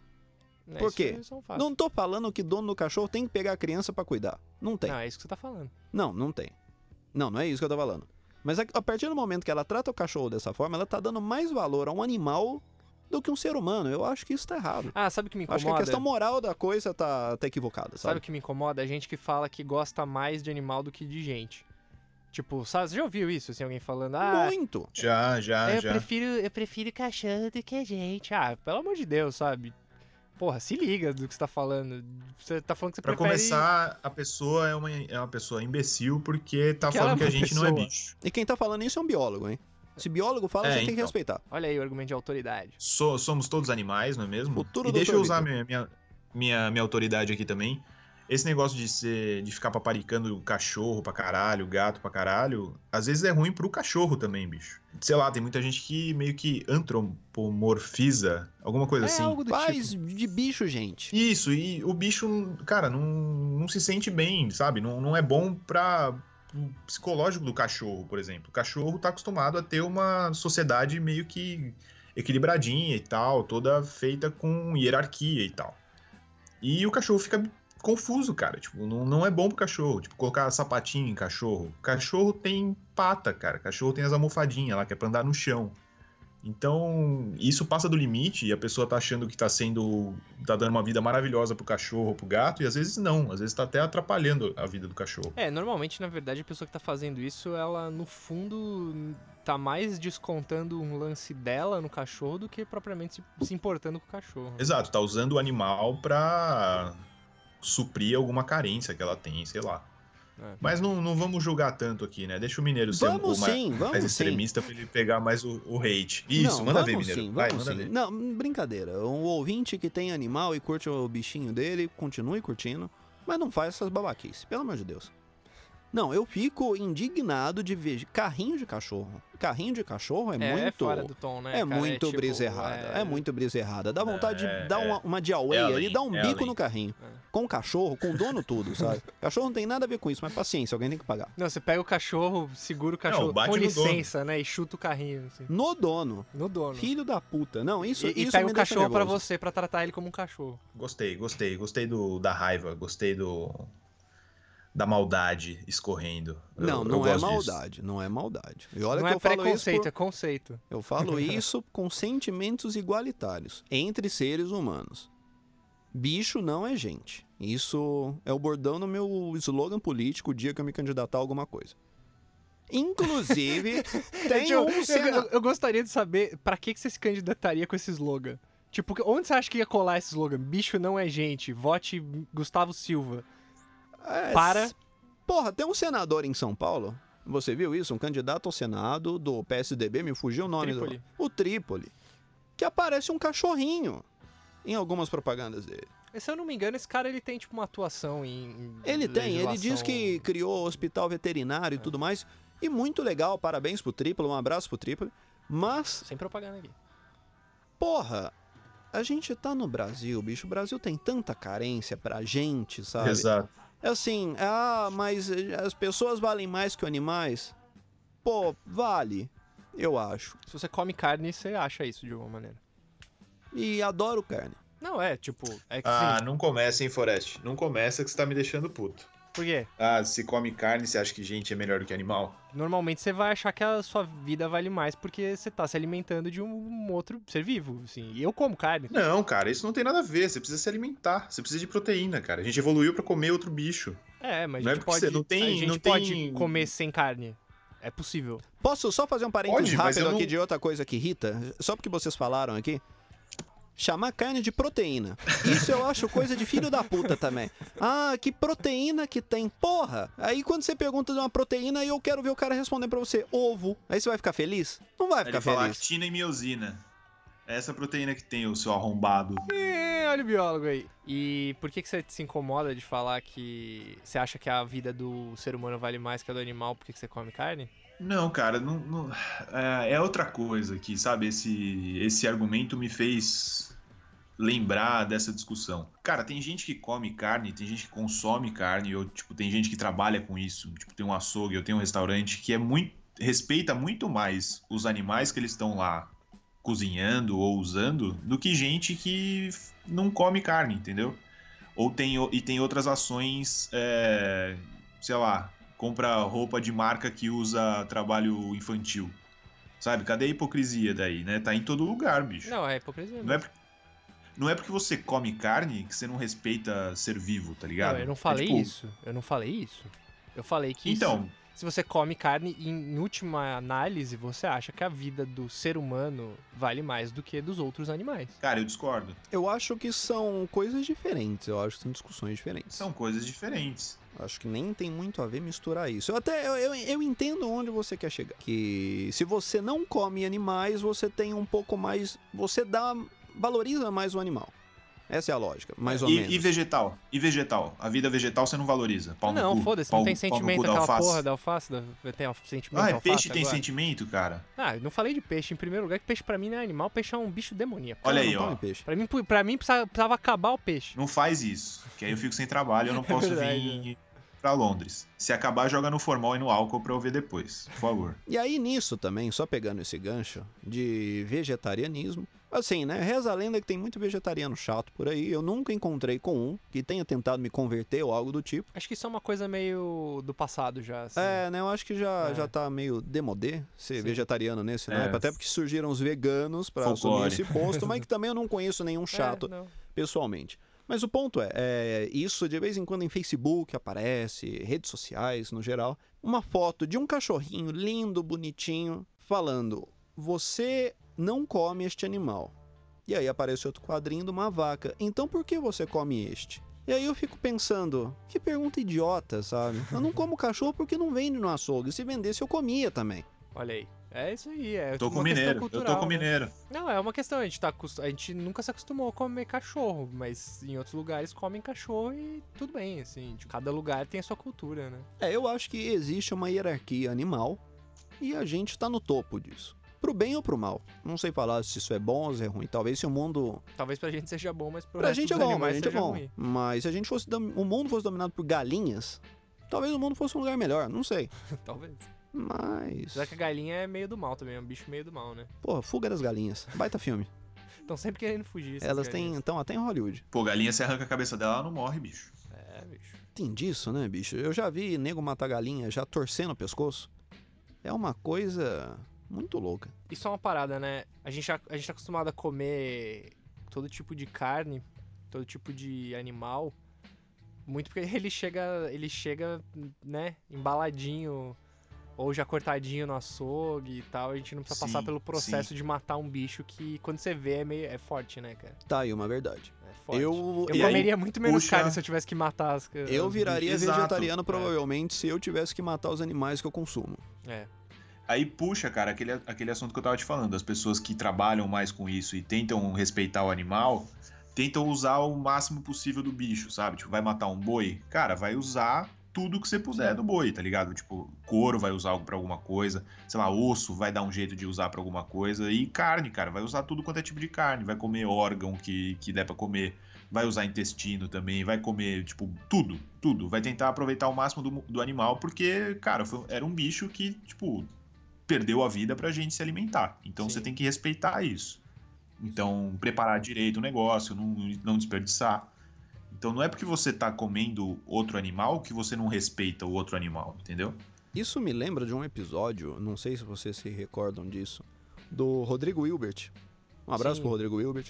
Speaker 4: Por quê?
Speaker 3: Isso é um fato.
Speaker 4: Não tô falando que dono do cachorro tem que pegar a criança pra cuidar. Não tem.
Speaker 3: Não, é isso que você tá falando.
Speaker 4: Não tem. Não é isso que eu tô falando. Mas a partir do momento que ela trata o cachorro dessa forma, ela tá dando mais valor a um animal do que um ser humano. Eu acho que isso tá errado.
Speaker 3: Ah, sabe o que me incomoda?
Speaker 4: Acho que a questão moral da coisa tá equivocada,
Speaker 3: Sabe
Speaker 4: sabe?
Speaker 3: o que me incomoda? A gente que fala que gosta mais de animal do que de gente. Tipo, sabe, você já ouviu isso? Assim, alguém falando,
Speaker 4: Muito.
Speaker 2: Já.
Speaker 3: eu prefiro cachorro do que gente. Ah, pelo amor de Deus, sabe? Porra, se liga do que você tá falando. Você tá falando que você
Speaker 2: Pra
Speaker 3: prefere...
Speaker 2: começar, a pessoa é uma pessoa imbecil porque tá
Speaker 3: Porque
Speaker 2: falando
Speaker 3: ela
Speaker 2: que
Speaker 3: é
Speaker 2: a
Speaker 3: uma
Speaker 2: gente não é
Speaker 3: pessoa.
Speaker 2: bicho.
Speaker 4: E quem tá falando isso é um biólogo, hein? Se biólogo fala,
Speaker 2: É,
Speaker 4: você tem que
Speaker 2: então.
Speaker 4: respeitar.
Speaker 3: Olha aí o argumento de autoridade.
Speaker 2: Somos todos animais, não é mesmo?
Speaker 4: Futuro
Speaker 2: E deixa
Speaker 4: Dr.
Speaker 2: eu usar
Speaker 4: Vitor.
Speaker 2: minha autoridade aqui também. Esse negócio de ficar paparicando cachorro pra caralho, gato pra caralho, às vezes é ruim pro cachorro também, bicho. Sei lá, tem muita gente que meio que antropomorfiza, alguma coisa assim.
Speaker 3: algo do
Speaker 4: Paz
Speaker 3: tipo.
Speaker 4: de bicho, gente.
Speaker 2: Isso, e o bicho, cara, não se sente bem, sabe? Não é bom pro psicológico do cachorro, por exemplo. O cachorro tá acostumado a ter uma sociedade meio que equilibradinha e tal, toda feita com hierarquia e tal. E o cachorro fica confuso, cara. Tipo, não é bom pro cachorro. Tipo, colocar sapatinho em cachorro. Cachorro tem pata, cara. Cachorro tem as almofadinhas lá, que é pra andar no chão. Então, isso passa do limite e a pessoa tá achando que tá dando uma vida maravilhosa pro cachorro ou pro gato, e às vezes não. Às vezes tá até atrapalhando a vida do cachorro.
Speaker 3: Normalmente, na verdade, a pessoa que tá fazendo isso, ela, no fundo, tá mais descontando um lance dela no cachorro do que propriamente se importando com o cachorro.
Speaker 2: Exato, tá usando o animal pra suprir alguma carência que ela tem, sei lá.
Speaker 3: É.
Speaker 2: Mas não vamos julgar tanto aqui, né? Deixa o Mineiro ser
Speaker 4: Vamos sim,
Speaker 2: mais
Speaker 4: vamos sim.
Speaker 2: extremista pra ele pegar mais o hate. Isso,
Speaker 4: Não,
Speaker 2: manda ver,
Speaker 4: vamos
Speaker 2: Mineiro.
Speaker 4: sim,
Speaker 2: Vai,
Speaker 4: vamos
Speaker 2: manda
Speaker 4: sim.
Speaker 2: ver.
Speaker 4: Não, brincadeira. Um ouvinte que tem animal e curte o bichinho dele, continue curtindo, mas não faz essas babaquices, pelo amor de Deus. Não, eu fico indignado de ver carrinho de cachorro. Carrinho de cachorro é muito...
Speaker 3: É fora do tom, né,
Speaker 4: É
Speaker 3: cara?
Speaker 4: muito
Speaker 3: tipo,
Speaker 4: brisa errada. É muito brisa errada. Dá vontade de dar uma de away
Speaker 2: Ellen,
Speaker 4: ali, dar um bico
Speaker 2: Ellen.
Speaker 4: no carrinho.
Speaker 3: É.
Speaker 4: Com o cachorro, com o dono, tudo, sabe? Cachorro não tem nada a ver com isso, mas paciência, alguém tem que pagar.
Speaker 3: Não, você pega o cachorro, segura o cachorro,
Speaker 2: bate
Speaker 3: com
Speaker 2: no
Speaker 3: licença, né? E chuta o carrinho, assim.
Speaker 4: No dono.
Speaker 3: No dono.
Speaker 4: Filho da puta. Não, isso
Speaker 3: E
Speaker 4: isso
Speaker 3: pega
Speaker 4: me
Speaker 3: o
Speaker 4: deixa
Speaker 3: cachorro pra
Speaker 4: nervoso.
Speaker 3: você, pra tratar ele como um cachorro.
Speaker 2: Gostei da raiva, gostei da maldade escorrendo.
Speaker 4: Não,
Speaker 2: Eu
Speaker 4: não é
Speaker 2: gosto disso.
Speaker 4: maldade, não é maldade. E olha
Speaker 3: Não
Speaker 4: que
Speaker 3: é
Speaker 4: eu falo isso
Speaker 3: preconceito, é conceito.
Speaker 4: eu falo isso com sentimentos igualitários entre seres humanos. Bicho não é gente. Isso é o bordão no meu slogan político o dia que eu me candidatar a alguma coisa. Inclusive, tem um senador...
Speaker 3: Eu gostaria de saber pra que você se candidataria com esse slogan. Tipo, onde você acha que ia colar esse slogan? Bicho não é gente, vote Gustavo Silva. Para.
Speaker 4: Porra, tem um senador em São Paulo, você viu isso? Um candidato ao Senado do PSDB, me fugiu o nome
Speaker 3: Trípoli.
Speaker 4: O Trípoli. Que aparece um cachorrinho em algumas propagandas dele.
Speaker 3: Se eu não me engano, esse cara ele tem tipo uma atuação em
Speaker 4: Ele tem, ele
Speaker 3: legislação.
Speaker 4: diz que criou hospital veterinário e tudo mais. E muito legal, parabéns pro Trípoli, um abraço pro Trípoli. Mas,
Speaker 3: Sem propaganda aqui.
Speaker 4: porra, a gente tá no Brasil, bicho. O Brasil tem tanta carência pra gente, sabe?
Speaker 2: Exato.
Speaker 4: É assim, mas as pessoas valem mais que os animais? Pô, vale, eu acho.
Speaker 3: Se você come carne, você acha isso de alguma maneira.
Speaker 4: E adoro carne.
Speaker 3: Não, tipo... É que
Speaker 2: Ah,
Speaker 3: sim.
Speaker 2: não começa, hein, Forest? Não começa que você tá me deixando puto.
Speaker 3: Por quê?
Speaker 2: Ah, se come carne, você acha que gente é melhor do que animal?
Speaker 3: Normalmente você vai achar que a sua vida vale mais porque você tá se alimentando de um outro ser vivo, assim. E eu como carne.
Speaker 2: Não, cara, isso não tem nada a ver. Você precisa se alimentar. Você precisa de proteína, cara. A gente evoluiu pra comer outro bicho.
Speaker 3: Mas
Speaker 2: Não
Speaker 3: a
Speaker 2: é
Speaker 3: gente
Speaker 2: porque
Speaker 3: pode,
Speaker 2: você não tem-
Speaker 3: a gente
Speaker 2: não
Speaker 3: pode
Speaker 2: tem-
Speaker 3: comer sem carne. É possível.
Speaker 4: Posso só fazer um parênteses
Speaker 2: Pode, mas
Speaker 4: rápido
Speaker 2: eu
Speaker 4: aqui
Speaker 2: não-
Speaker 4: de outra coisa que irrita? Só porque vocês falaram aqui. Chamar carne de proteína. Isso eu acho coisa de filho da puta também. Ah, que proteína que tem. Porra! Aí quando você pergunta de uma proteína, eu quero ver o cara respondendo pra você, ovo. Aí você vai ficar feliz? Não vai ficar
Speaker 2: Ele fala
Speaker 4: feliz.
Speaker 2: actina e miosina. É essa proteína que tem o seu arrombado.
Speaker 3: Olha o biólogo aí. E por que você se incomoda de falar que você acha que a vida do ser humano vale mais que a do animal porque você come carne?
Speaker 2: Não, cara, é outra coisa aqui, sabe? Esse argumento me fez lembrar dessa discussão. Cara, tem gente que come carne, tem gente que consome carne, ou tipo, tem gente que trabalha com isso. Tipo, tem um açougue, eu tenho um restaurante que respeita muito mais os animais que eles estão lá cozinhando ou usando do que gente que não come carne, entendeu? E tem outras ações, sei lá, compra roupa de marca que usa trabalho infantil. Sabe? Cadê a hipocrisia daí, né? Tá em todo lugar, bicho.
Speaker 3: Não, é hipocrisia.
Speaker 2: Não é porque você come carne que você não respeita ser vivo, tá ligado?
Speaker 3: Não, eu não falei
Speaker 2: tipo,
Speaker 3: isso. Eu não falei isso. Eu falei que
Speaker 2: Então,
Speaker 3: se você come carne, em última análise, você acha que a vida do ser humano vale mais do que dos outros animais.
Speaker 2: cara, eu discordo.
Speaker 4: Eu acho que são coisas diferentes. Eu acho que são discussões diferentes.
Speaker 2: São coisas diferentes.
Speaker 4: Acho que nem tem muito a ver misturar isso. Eu entendo onde você quer chegar. Que se você não come animais, você tem um pouco mais... valoriza mais o animal. Essa é a lógica, mais ou menos.
Speaker 2: E vegetal? E vegetal? A vida vegetal você não valoriza. Pau no
Speaker 3: Não,
Speaker 2: cu.
Speaker 3: foda-se,
Speaker 2: Pau-
Speaker 3: não tem
Speaker 2: pau no
Speaker 3: sentimento
Speaker 2: cu da
Speaker 3: aquela
Speaker 2: alface.
Speaker 3: porra da alface. Tem sentimento
Speaker 2: Ah,
Speaker 3: da
Speaker 2: é
Speaker 3: alface
Speaker 2: peixe tem
Speaker 3: agora?
Speaker 2: sentimento, cara?
Speaker 3: Ah, eu não falei de peixe em primeiro lugar, que peixe pra mim não é animal, peixe é um bicho demoníaco.
Speaker 2: Olha
Speaker 4: Cara,
Speaker 2: aí,
Speaker 4: não come
Speaker 2: ó.
Speaker 4: peixe.
Speaker 3: Pra mim precisava acabar o peixe.
Speaker 2: Não faz isso, que aí eu fico sem trabalho, eu não posso
Speaker 3: verdade,
Speaker 2: vir pra Londres. Se acabar, joga no formal e no álcool pra eu ver depois, por favor.
Speaker 4: E aí nisso também, só pegando esse gancho de vegetarianismo, assim, né, reza a lenda que tem muito vegetariano chato por aí, eu nunca encontrei com um que tenha tentado me converter ou algo do tipo.
Speaker 3: Acho que isso é uma coisa meio do passado já, assim.
Speaker 4: Né, eu acho que já tá meio demodé ser
Speaker 3: Sim.
Speaker 4: vegetariano nesse
Speaker 2: É.
Speaker 4: naipe, até porque surgiram os veganos pra assumir
Speaker 2: Folclore.
Speaker 4: esse posto, mas que também eu não conheço nenhum chato
Speaker 3: Não.
Speaker 4: pessoalmente. Mas o ponto isso de vez em quando em Facebook aparece, redes sociais no geral, uma foto de um cachorrinho lindo, bonitinho, falando, você não come este animal. E aí aparece outro quadrinho de uma vaca, então por que você come este? E aí eu fico pensando, que pergunta idiota, sabe? Eu não como cachorro porque não vende no açougue, se vendesse eu comia também.
Speaker 3: Olha aí. É isso aí, é
Speaker 2: Tô
Speaker 3: uma
Speaker 2: com
Speaker 3: questão
Speaker 2: mineiro, eu
Speaker 3: cultural,
Speaker 2: tô com
Speaker 3: né?
Speaker 2: mineiro.
Speaker 3: Não, é uma questão, a gente nunca se acostumou a comer cachorro, mas em outros lugares comem cachorro e tudo bem, assim, de cada lugar tem a sua cultura, né?
Speaker 4: Eu acho que existe uma hierarquia animal e a gente tá no topo disso. Pro bem ou pro mal. Não sei falar se isso é bom ou se é ruim. Talvez se o mundo...
Speaker 3: Talvez pra gente seja bom, mas pro
Speaker 4: Pra
Speaker 3: resto
Speaker 4: gente é
Speaker 3: dos
Speaker 4: bom,
Speaker 3: animais
Speaker 4: pra gente é
Speaker 3: seja
Speaker 4: bom.
Speaker 3: ruim.
Speaker 4: Mas se a gente fosse... o mundo fosse dominado por galinhas, talvez o mundo fosse um lugar melhor. Não sei.
Speaker 3: Talvez.
Speaker 4: Mas...
Speaker 3: Apesar que a galinha é meio do mal também, é um bicho meio do mal, né?
Speaker 4: Porra, Fuga das Galinhas. Baita filme.
Speaker 3: Estão sempre querendo fugir. essas
Speaker 4: Elas têm...
Speaker 3: galinhas.
Speaker 4: Estão até em Hollywood.
Speaker 2: Pô, galinha, você arranca a cabeça dela, ela não morre, bicho.
Speaker 3: É, bicho.
Speaker 4: Tem disso, né, bicho? Eu já vi nego matar galinha já torcendo o pescoço. É uma coisa muito louca.
Speaker 3: Isso é uma parada, né? A gente tá acostumado a comer todo tipo de carne, todo tipo de animal, muito porque ele chega, né, embaladinho ou já cortadinho no açougue e tal, a gente não precisa passar
Speaker 2: Sim,
Speaker 3: pelo processo de matar um bicho que, quando você vê, é forte, né, cara?
Speaker 4: Tá aí uma verdade.
Speaker 3: É forte.
Speaker 4: Eu
Speaker 2: E aí,
Speaker 3: comeria muito menos
Speaker 2: puxa-
Speaker 3: carne se eu tivesse que matar
Speaker 4: Eu
Speaker 3: os
Speaker 4: viraria
Speaker 3: bichos.
Speaker 2: Exato.
Speaker 4: vegetariano provavelmente se eu tivesse que matar os animais que eu consumo.
Speaker 3: É.
Speaker 2: Aí puxa, cara, aquele assunto que eu tava te falando. As pessoas que trabalham mais com isso e tentam respeitar o animal, tentam usar o máximo possível do bicho, sabe? Tipo, vai matar um boi? Cara, vai usar tudo que você puder do boi, tá ligado? Tipo, couro vai usar pra alguma coisa, sei lá, osso vai dar um jeito de usar pra alguma coisa. E carne, cara, vai usar tudo quanto é tipo de carne. Vai comer órgão que der pra comer. Vai usar intestino também, vai comer, tipo, tudo. Vai tentar aproveitar o máximo do animal, porque, cara, era um bicho que, tipo, perdeu a vida pra gente se alimentar. Então
Speaker 3: Sim.
Speaker 2: você tem que respeitar isso. Então, preparar direito o negócio, não desperdiçar. Então não é porque você tá comendo outro animal que você não respeita o outro animal, entendeu?
Speaker 4: Isso me lembra de um episódio, não sei se vocês se recordam disso, do Rodrigo Hilbert. Um abraço
Speaker 3: Sim.
Speaker 4: pro Rodrigo Hilbert.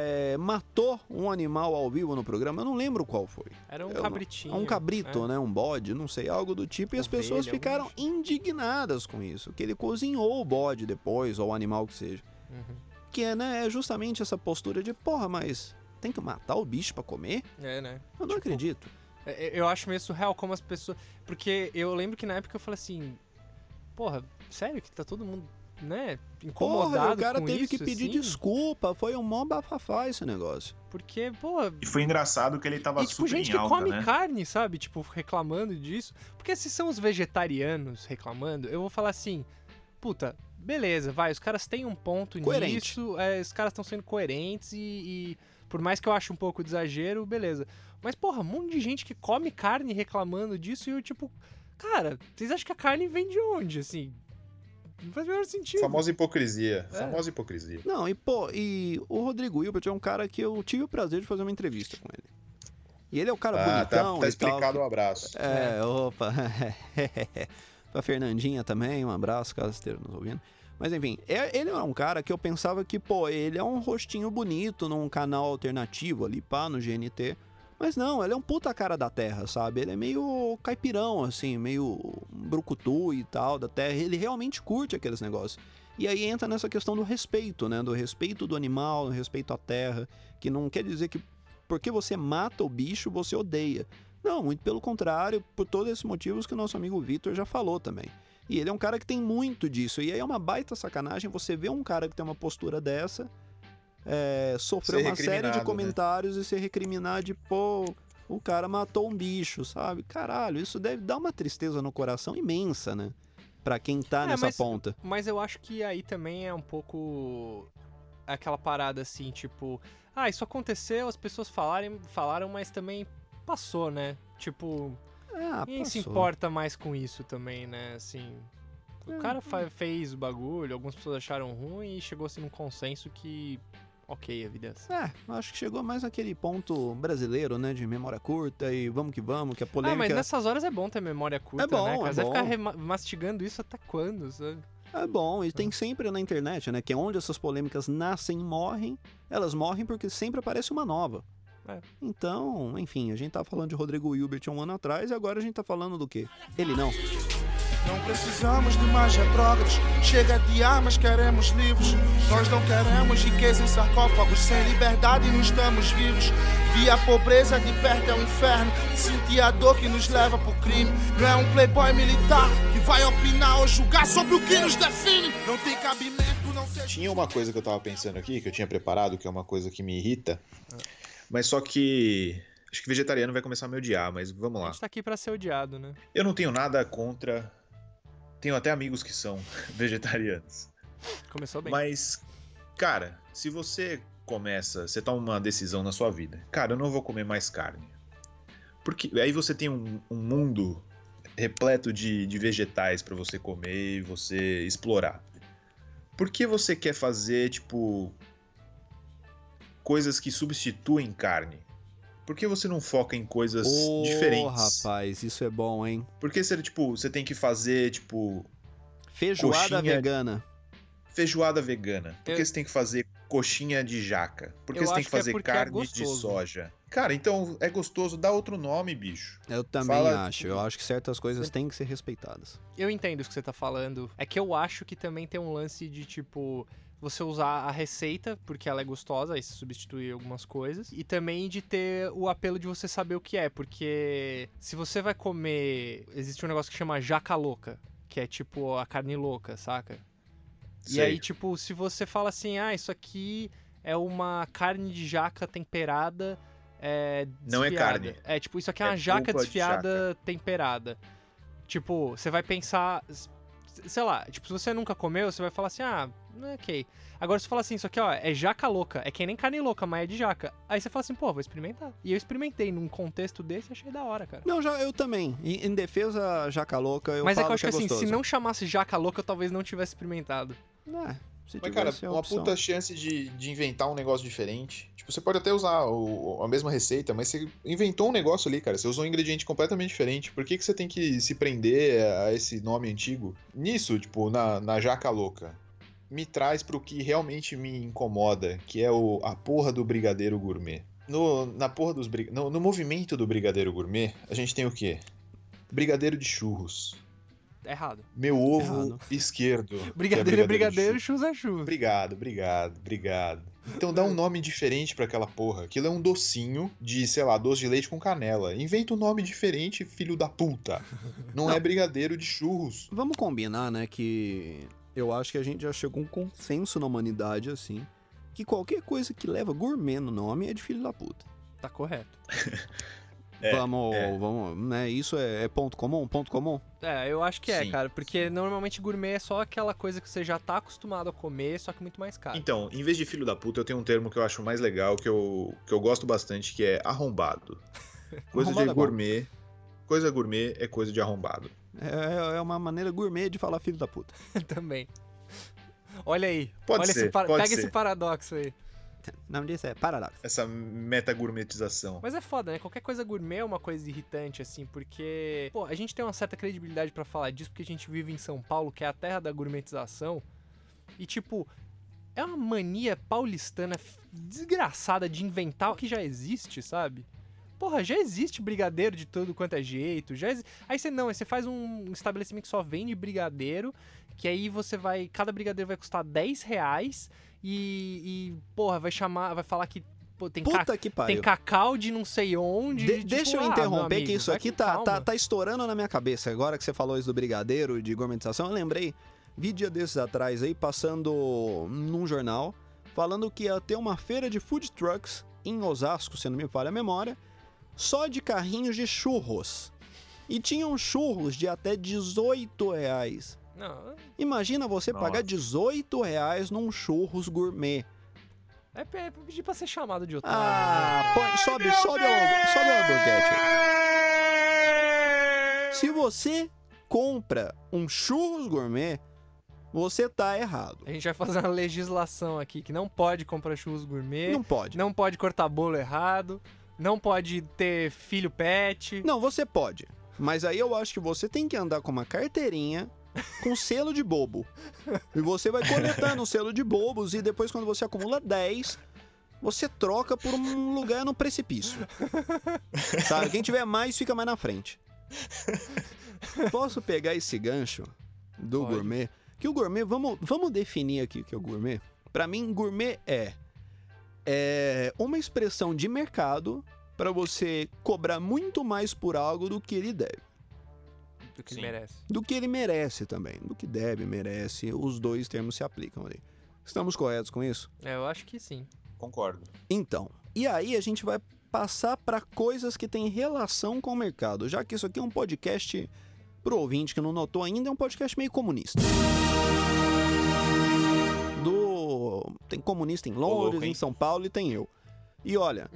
Speaker 4: Matou um animal ao vivo no programa, eu não lembro qual foi.
Speaker 3: Era um
Speaker 4: Eu não-
Speaker 3: cabritinho.
Speaker 4: Um cabrito,
Speaker 3: é.
Speaker 4: né? Um bode, não sei, algo do tipo. E as
Speaker 3: Ovelha,
Speaker 4: pessoas
Speaker 3: algum
Speaker 4: ficaram
Speaker 3: bicho.
Speaker 4: indignadas com isso. Que ele cozinhou o bode depois, ou o animal que seja.
Speaker 3: Uhum.
Speaker 4: Que é justamente essa postura de, porra, mas tem que matar o bicho pra comer?
Speaker 3: É, né?
Speaker 4: Eu não acredito.
Speaker 3: Eu acho meio surreal como as pessoas... Porque eu lembro que na época eu falei assim... Porra, sério que tá todo mundo, né, incomodado
Speaker 4: Porra, o cara
Speaker 3: com
Speaker 4: teve
Speaker 3: isso,
Speaker 4: que pedir
Speaker 3: assim?
Speaker 4: desculpa. Foi um mó bafafá esse negócio.
Speaker 3: Porque, porra...
Speaker 2: E foi engraçado que ele tava
Speaker 3: E, tipo,
Speaker 2: super
Speaker 3: gente
Speaker 2: em
Speaker 3: que
Speaker 2: alta,
Speaker 3: come
Speaker 2: né?
Speaker 3: carne, sabe? Tipo, reclamando disso. Porque se são os vegetarianos reclamando, eu vou falar assim... Puta, beleza, vai, os caras têm um ponto
Speaker 4: Coerente.
Speaker 3: nisso. Os caras estão sendo coerentes e... Por mais que eu ache um pouco de exagero, beleza. Mas, porra, um monte de gente que come carne reclamando disso e eu, tipo... Cara, vocês acham que a carne vem de onde, assim? Não faz o menor sentido.
Speaker 2: Famosa hipocrisia.
Speaker 3: É.
Speaker 2: Famosa hipocrisia.
Speaker 4: Não, e o Rodrigo Hilbert é um cara que eu tive o prazer de fazer uma entrevista com ele. E ele é o cara bonitão
Speaker 2: tá
Speaker 4: e tal.
Speaker 2: explicado o abraço.
Speaker 4: Opa. Pra Fernandinha também, um abraço, caso esteja nos ouvindo. Mas enfim, ele é um cara que eu pensava que, ele é um rostinho bonito num canal alternativo ali, pá, no GNT. Mas não, ele é um puta cara da terra, sabe? Ele é meio caipirão, assim, meio brucutu e tal, da terra. Ele realmente curte aqueles negócios. E aí entra nessa questão do respeito, né? Do respeito do animal, do respeito à terra. Que não quer dizer que porque você mata o bicho, você odeia. Não, muito pelo contrário, por todos esses motivos que o nosso amigo Vitor já falou também. E ele é um cara que tem muito disso. E aí é uma baita sacanagem você ver um cara que tem uma postura dessa... sofrer
Speaker 2: Ser
Speaker 4: uma série de
Speaker 2: recriminado, né?
Speaker 4: comentários e se recriminar de, o cara matou um bicho, sabe? Caralho, isso deve dar uma tristeza no coração imensa, né? Pra quem tá nessa ponta.
Speaker 3: Mas eu acho que aí também é um pouco aquela parada assim, tipo... Ah, isso aconteceu, as pessoas falaram, mas também passou, né? Tipo, ninguém se importa mais com isso também, né? Assim... O cara fez o bagulho, algumas pessoas acharam ruim e chegou-se num consenso que... Ok, a vida é assim.
Speaker 4: Acho que chegou mais naquele ponto brasileiro, né? De memória curta e vamos que a polêmica...
Speaker 3: mas nessas horas é bom ter memória curta,
Speaker 4: É bom,
Speaker 3: né?
Speaker 4: é
Speaker 3: Cara? Você
Speaker 4: bom.
Speaker 3: vai ficar mastigando isso até quando, sabe?
Speaker 4: É bom, e tem sempre na internet, né? Que é onde essas polêmicas nascem e morrem. Elas morrem porque sempre aparece uma nova.
Speaker 3: É.
Speaker 4: Então, enfim, a gente tá falando de Rodrigo Hilbert um ano atrás e agora a gente tá falando do quê? Ele não.
Speaker 6: Não precisamos de mais retrógrados. Chega de armas, queremos livros. Nós não queremos riqueza em sarcófagos. Sem liberdade não estamos vivos. Vi a pobreza de perto é um inferno. Senti a dor que nos leva pro crime. Não é um playboy militar que vai opinar ou julgar sobre o que nos define. Não tem cabimento, não seja...
Speaker 2: Tinha uma coisa que eu tava pensando aqui, que eu tinha preparado, que é uma coisa que me irrita. Mas só que... Acho que vegetariano vai começar a me odiar, mas vamos
Speaker 3: A
Speaker 2: lá.
Speaker 3: gente tá aqui pra ser odiado, né?
Speaker 2: Eu não tenho nada contra... Tenho até amigos que são vegetarianos.
Speaker 3: Começou bem.
Speaker 2: Mas, cara, se você toma uma decisão na sua vida. Cara, eu não vou comer mais carne. Porque aí você tem um mundo repleto de vegetais pra você comer e você explorar. Por que você quer fazer, tipo, coisas que substituem carne? Por que você não foca em coisas diferentes?
Speaker 4: Rapaz, isso é bom, hein?
Speaker 2: Por que você tem que fazer, tipo,
Speaker 4: Feijoada
Speaker 2: coxinha-
Speaker 4: vegana.
Speaker 2: feijoada vegana? Por que
Speaker 3: Eu-
Speaker 2: você tem que fazer coxinha de jaca? Por que
Speaker 3: Eu
Speaker 2: você tem
Speaker 3: acho
Speaker 2: que
Speaker 3: que é
Speaker 2: fazer
Speaker 3: porque é
Speaker 2: carne de
Speaker 3: gostoso.
Speaker 2: soja? Cara, então é gostoso, dá outro nome, bicho.
Speaker 4: Eu também
Speaker 2: Fala-
Speaker 4: acho. Eu acho que certas coisas têm que ser respeitadas.
Speaker 3: Eu entendo o que você tá falando. É que eu acho que também tem um lance de, tipo, você usar a receita, porque ela é gostosa, aí você substitui algumas coisas. E também de ter o apelo de você saber o que é, porque se você vai comer... Existe um negócio que chama jaca louca, que é tipo a carne louca, saca? E
Speaker 2: Sei.
Speaker 3: aí, tipo, se você fala assim, isso aqui é uma carne de jaca temperada...
Speaker 2: Não é
Speaker 3: desfiada.
Speaker 2: carne.
Speaker 3: Tipo, isso aqui é
Speaker 2: É
Speaker 3: uma jaca
Speaker 2: polpa de
Speaker 3: desfiada temperada. Tipo, você vai pensar... Sei lá, tipo, se você nunca comeu, você vai falar assim, ok. Agora você fala assim, isso aqui, ó, é jaca louca. É que nem carne louca, mas é de jaca. Aí você fala assim, pô, vou experimentar. E eu experimentei num contexto desse e achei da hora, cara.
Speaker 4: Não, eu também. Em defesa jaca louca, eu
Speaker 3: Mas é que
Speaker 4: falo
Speaker 3: eu acho que assim,
Speaker 4: gostoso.
Speaker 3: se não chamasse jaca louca, eu talvez não tivesse experimentado.
Speaker 4: Se
Speaker 2: Mas, cara,
Speaker 4: tivesse a
Speaker 2: uma
Speaker 4: opção.
Speaker 2: puta chance de inventar um negócio diferente. Tipo, você pode até usar a mesma receita, mas você inventou um negócio ali, cara. Você usou um ingrediente completamente diferente. Por que você tem que se prender a esse nome antigo? Nisso, tipo, na jaca louca, me traz pro que realmente me incomoda, que é a porra do brigadeiro gourmet. No movimento do brigadeiro gourmet, a gente tem o quê? Brigadeiro de churros.
Speaker 3: Errado.
Speaker 2: Meu ovo
Speaker 4: Errado.
Speaker 2: esquerdo. que
Speaker 3: Brigadeiro é
Speaker 2: de
Speaker 3: brigadeiro,
Speaker 2: churros.
Speaker 3: churros é churros.
Speaker 2: Obrigado. Então dá um nome diferente pra aquela porra. Aquilo é um docinho de, sei lá, doce de leite com canela. Inventa um nome diferente, filho da puta. Não é brigadeiro de churros.
Speaker 4: Vamos combinar, né, que eu acho que a gente já chegou a um consenso na humanidade, assim, que qualquer coisa que leva gourmet no nome é de filho da puta.
Speaker 3: Tá correto.
Speaker 4: Vamos, né, isso é ponto comum?
Speaker 3: Eu acho que
Speaker 2: Sim.
Speaker 3: cara, porque normalmente gourmet é só aquela coisa que você já tá acostumado a comer, só que muito mais caro.
Speaker 2: Então, em vez de filho da puta, eu tenho um termo que eu acho mais legal, que eu gosto bastante, que é arrombado. Coisa
Speaker 4: Arrombado
Speaker 2: de
Speaker 4: é bom.
Speaker 2: gourmet. Coisa gourmet é coisa de arrombado.
Speaker 4: É uma maneira gourmet de falar filho da puta.
Speaker 3: Também. Olha aí.
Speaker 2: Pode
Speaker 3: Olha
Speaker 2: ser,
Speaker 3: pega
Speaker 2: pode
Speaker 3: esse
Speaker 2: ser.
Speaker 3: paradoxo aí.
Speaker 4: O nome disso é paradoxo.
Speaker 2: Essa meta-gourmetização.
Speaker 3: Mas é foda, né? Qualquer coisa gourmet é uma coisa irritante, assim, porque... Pô, a gente tem uma certa credibilidade pra falar disso, porque a gente vive em São Paulo, que é a terra da gourmetização. E, tipo, é uma mania paulistana desgraçada de inventar o que já existe, sabe? Porra, já existe brigadeiro de todo quanto é jeito. Aí você faz um estabelecimento que só vende brigadeiro, que aí você vai... Cada brigadeiro vai custar R$10 porra, vai falar que pô, tem
Speaker 4: Que pariu.
Speaker 3: tem cacau de não sei onde.
Speaker 4: Deixa eu
Speaker 3: meu
Speaker 4: interromper,
Speaker 3: amigo,
Speaker 4: que isso
Speaker 3: vai
Speaker 4: aqui
Speaker 3: com
Speaker 4: tá
Speaker 3: calma.
Speaker 4: estourando na minha cabeça. Agora que você falou isso do brigadeiro, de gourmetização, eu lembrei, vi dia desses atrás aí, passando num jornal, falando que ia ter uma feira de food trucks em Osasco, se não me falha a memória, só de carrinhos de churros. E tinham churros de até R$18.
Speaker 3: Não,
Speaker 4: Imagina você
Speaker 2: Nossa.
Speaker 4: pagar R$18 num churros gourmet.
Speaker 3: é pedir pra ser chamado de otário.
Speaker 4: Sobe o alborguete. Se você compra um churros gourmet, você tá errado.
Speaker 3: A gente vai fazer uma legislação aqui que não pode comprar churros gourmet,
Speaker 4: Não pode.
Speaker 3: não pode cortar bolo errado, não pode ter filho pet.
Speaker 4: Não, você pode. Mas aí eu acho que você tem que andar com uma carteirinha com selo de bobo. E você vai coletando o selo de bobos e depois quando você acumula 10, você troca por um lugar no precipício. Sabe? Quem tiver mais, fica mais na frente. Posso pegar esse gancho do
Speaker 3: Pode.
Speaker 4: gourmet? Que o gourmet, vamos definir aqui o que é o gourmet? Pra mim, gourmet é uma expressão de mercado pra você cobrar muito mais por algo do que ele deve.
Speaker 3: Do que
Speaker 2: Sim.
Speaker 3: merece.
Speaker 4: Do que ele merece também. Do que deve, merece. Os dois termos se aplicam ali. Estamos corretos com isso?
Speaker 3: Eu acho que sim.
Speaker 2: Concordo.
Speaker 4: Então, e aí a gente vai passar para coisas que têm relação com o mercado, já que isso aqui é um podcast, pro ouvinte que não notou ainda, é um podcast meio comunista. Tem comunista em Londres,
Speaker 2: louco, hein?
Speaker 4: em São Paulo e tem eu. E olha,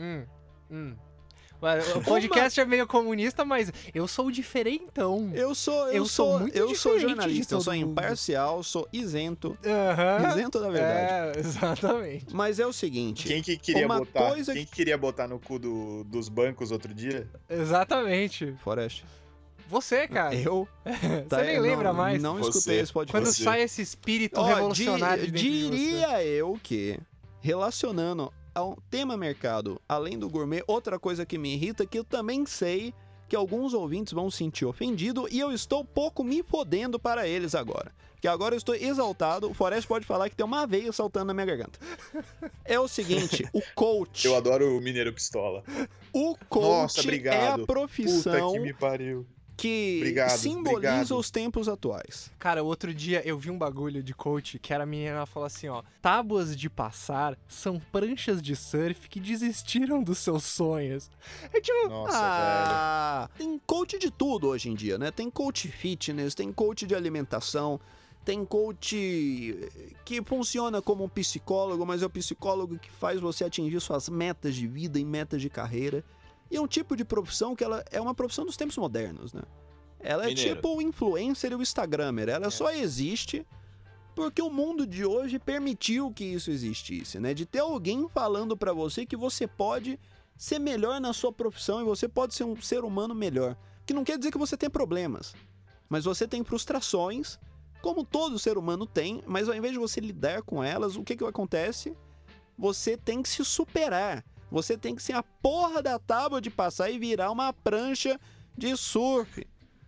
Speaker 3: O podcast é meio comunista, mas eu sou o diferentão.
Speaker 4: eu sou
Speaker 3: muito
Speaker 4: eu sou
Speaker 3: diferente de
Speaker 4: jornalista, eu
Speaker 3: todo
Speaker 4: sou
Speaker 3: mundo.
Speaker 4: imparcial, sou isento,
Speaker 3: Aham.
Speaker 4: isento da verdade.
Speaker 3: Exatamente.
Speaker 4: Mas é o seguinte,
Speaker 2: Quem que queria
Speaker 4: Uma
Speaker 2: botar?
Speaker 4: coisa
Speaker 2: Quem que queria botar no cu dos bancos outro dia?
Speaker 3: Exatamente.
Speaker 4: Forest,
Speaker 3: Você, cara.
Speaker 4: eu
Speaker 3: Você nem lembra mais.
Speaker 4: Não
Speaker 2: Você.
Speaker 4: escutei esse podcast.
Speaker 3: Quando
Speaker 2: Você.
Speaker 3: sai esse espírito
Speaker 4: Ó,
Speaker 3: revolucionário de dentro de você.
Speaker 4: diria eu que, relacionando tema mercado, além do gourmet, outra coisa que me irrita, que eu também sei que alguns ouvintes vão se sentir ofendidos e eu estou pouco me fodendo para eles agora. Que agora eu estou exaltado, o Forest pode falar que tem uma veia saltando na minha garganta. É o seguinte, o coach...
Speaker 2: Eu adoro o Mineiro Pistola.
Speaker 4: O coach
Speaker 2: Nossa, obrigado.
Speaker 4: é a profissão
Speaker 2: Puta que me pariu.
Speaker 4: que
Speaker 2: Obrigado,
Speaker 4: simboliza
Speaker 2: obrigado.
Speaker 4: os tempos atuais.
Speaker 3: Cara, outro dia eu vi um bagulho de coach que era a menina, ela falou assim, ó: tábuas de passar são pranchas de surf que desistiram dos seus sonhos. É tipo,
Speaker 2: Nossa,
Speaker 4: Tem coach de tudo hoje em dia, né? Tem coach fitness, tem coach de alimentação, tem coach que funciona como um psicólogo, mas é o psicólogo que faz você atingir suas metas de vida e metas de carreira. E é um tipo de profissão que ela é uma profissão dos tempos modernos, né? Ela é
Speaker 2: Mineiro.
Speaker 4: tipo o influencer e o instagrammer. Ela só existe porque o mundo de hoje permitiu que isso existisse, né? De ter alguém falando pra você que você pode ser melhor na sua profissão e você pode ser um ser humano melhor. Que não quer dizer que você tem problemas, mas você tem frustrações, como todo ser humano tem, mas ao invés de você lidar com elas, o que acontece? Você tem que se superar. Você tem que ser a porra da tábua de passar e virar uma prancha de surf.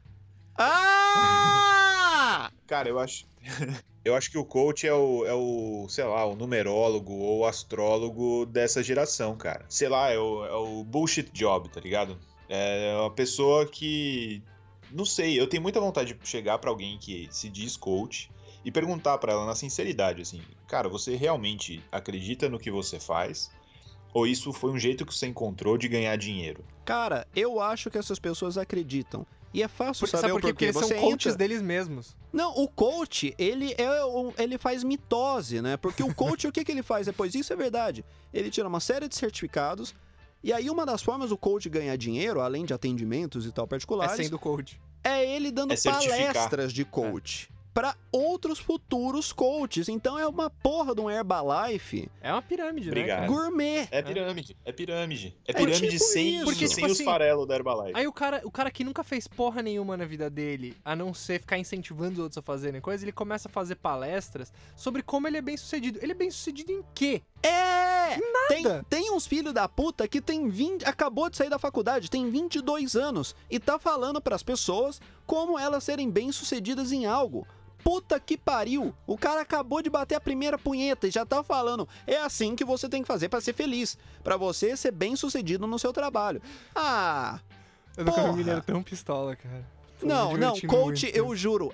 Speaker 4: Ah!
Speaker 2: Cara, eu acho que o coach é o, sei lá, o numerólogo ou o astrólogo dessa geração, cara. Sei lá, é o bullshit job, tá ligado? É uma pessoa que, não sei, eu tenho muita vontade de chegar pra alguém que se diz coach e perguntar pra ela na sinceridade, assim, cara, você realmente acredita no que você faz? Ou isso foi um jeito que você encontrou de ganhar dinheiro?
Speaker 4: Cara, eu acho que essas pessoas acreditam. E é fácil saber o
Speaker 3: sabe por quê?
Speaker 4: porquê.
Speaker 3: Porque eles
Speaker 4: Você
Speaker 3: são coaches
Speaker 4: entra...
Speaker 3: deles mesmos.
Speaker 4: Não, o coach, ele faz mitose, né? Porque o coach, o que ele faz depois? Isso é verdade. Ele tira uma série de certificados, e aí uma das formas do coach ganhar dinheiro, além de atendimentos e tal
Speaker 3: É
Speaker 4: particulares,
Speaker 3: sendo coach.
Speaker 4: é ele dando
Speaker 2: É certificar.
Speaker 4: palestras de coach para outros futuros coaches. Então é uma porra de um Herbalife
Speaker 3: É uma pirâmide,
Speaker 2: Obrigado.
Speaker 3: né?
Speaker 4: gourmet.
Speaker 2: É pirâmide, é pirâmide. É
Speaker 4: É
Speaker 2: pirâmide
Speaker 4: tipo
Speaker 2: sem,
Speaker 4: isso.
Speaker 3: Porque,
Speaker 2: sem
Speaker 3: tipo
Speaker 2: os
Speaker 3: assim,
Speaker 2: farelos da Herbalife.
Speaker 3: Aí o cara que nunca fez porra nenhuma na vida dele, a não ser ficar incentivando os outros a fazerem coisas, ele começa a fazer palestras sobre como ele é bem sucedido. Ele é bem sucedido em quê?
Speaker 4: É!
Speaker 3: Nada.
Speaker 4: Tem uns filhos da puta que acabou de sair da faculdade, tem 22 anos e tá falando pras pessoas como elas serem bem-sucedidas em algo. Puta que pariu! O cara acabou de bater a primeira punheta e já tá falando, é assim que você tem que fazer pra ser feliz, pra você ser bem-sucedido no seu trabalho. Ah,
Speaker 3: Eu nunca vi um
Speaker 4: Porra.
Speaker 3: mineiro tão pistola, cara. Tô me
Speaker 4: não,
Speaker 3: divertindo
Speaker 4: coach,
Speaker 3: muito.
Speaker 4: eu juro,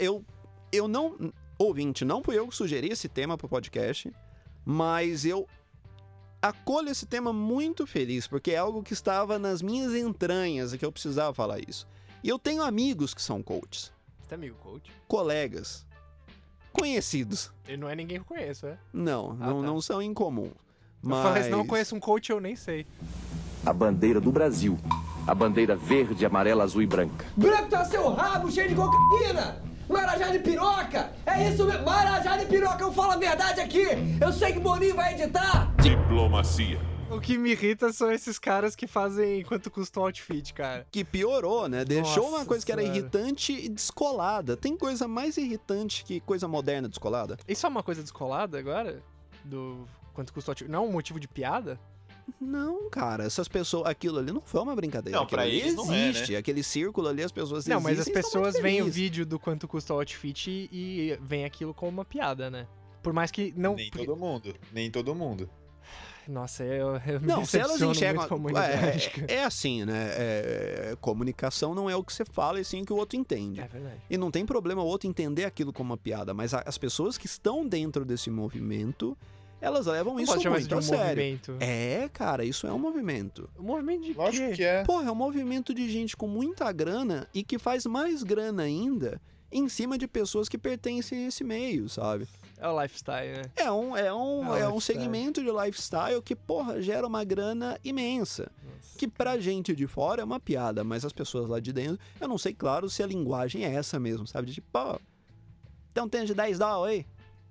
Speaker 4: eu não, ouvinte, não fui eu que sugeri esse tema pro podcast, mas eu acolho esse tema muito feliz, porque é algo que estava nas minhas entranhas e que eu precisava falar isso. E eu tenho amigos que são coaches,
Speaker 3: Você é amigo coach?
Speaker 4: colegas, conhecidos.
Speaker 3: Ele não é ninguém que eu conheço, é?
Speaker 4: Não,
Speaker 3: Ah,
Speaker 4: não,
Speaker 3: tá.
Speaker 4: não são incomum.
Speaker 3: Eu falei,
Speaker 4: Mas
Speaker 3: se não conheço um coach, eu nem sei.
Speaker 7: A bandeira do Brasil. A bandeira verde, amarela, azul e branca.
Speaker 8: Branco tá seu rabo cheio de cocaína! Marajá de piroca! É isso mesmo! Marajá de piroca, eu falo a verdade aqui! Eu sei que o Boninho vai editar!
Speaker 9: Diplomacia.
Speaker 3: O que me irrita são esses caras que fazem quanto custa um outfit, cara.
Speaker 4: que piorou, né? Deixou
Speaker 3: Nossa
Speaker 4: uma coisa que era
Speaker 3: Senhora.
Speaker 4: irritante e descolada. Tem coisa mais irritante que coisa moderna descolada?
Speaker 3: Isso é uma coisa descolada agora? Do quanto custa o outfit? Não é um motivo de piada?
Speaker 4: Não, cara, essas pessoas, aquilo ali não foi uma brincadeira.
Speaker 2: Não,
Speaker 4: aquilo
Speaker 2: pra
Speaker 4: ali
Speaker 2: eles não é,
Speaker 4: existe.
Speaker 2: né?
Speaker 4: Aquele círculo ali, as pessoas
Speaker 3: Não, mas as
Speaker 4: existem e são
Speaker 3: pessoas
Speaker 4: muito
Speaker 3: veem o
Speaker 4: felizes.
Speaker 3: vídeo do quanto custa o outfit e veem aquilo como uma piada, né? Por mais que não...
Speaker 2: Nem todo mundo, nem todo mundo.
Speaker 3: Nossa, eu me
Speaker 4: Não, se elas
Speaker 3: decepciono
Speaker 4: enxergam.
Speaker 3: muito com a humanidade, cara.
Speaker 4: É assim, né? Comunicação não é o que você fala, e sim o que o outro entende.
Speaker 3: É verdade.
Speaker 4: E não tem problema o outro entender aquilo como uma piada, mas as pessoas que estão dentro desse movimento, elas levam
Speaker 3: Não
Speaker 4: isso
Speaker 3: pode chamar
Speaker 4: muito
Speaker 3: isso de
Speaker 4: a
Speaker 3: um
Speaker 4: sério.
Speaker 3: movimento.
Speaker 4: É, cara, isso é um movimento.
Speaker 3: Um movimento de
Speaker 2: Lógico
Speaker 3: quê?
Speaker 2: que é.
Speaker 4: Porra, é um movimento de gente com muita grana e que faz mais grana ainda em cima de pessoas que pertencem a esse meio, sabe?
Speaker 3: É o lifestyle, né?
Speaker 4: É um
Speaker 3: lifestyle.
Speaker 4: segmento de lifestyle que, porra, gera uma grana imensa.
Speaker 3: Nossa.
Speaker 4: Que pra gente de fora é uma piada, mas as pessoas lá de dentro, eu não sei, claro, se a linguagem é essa mesmo, sabe? De tipo, pô, tem um tênis de $10 aí?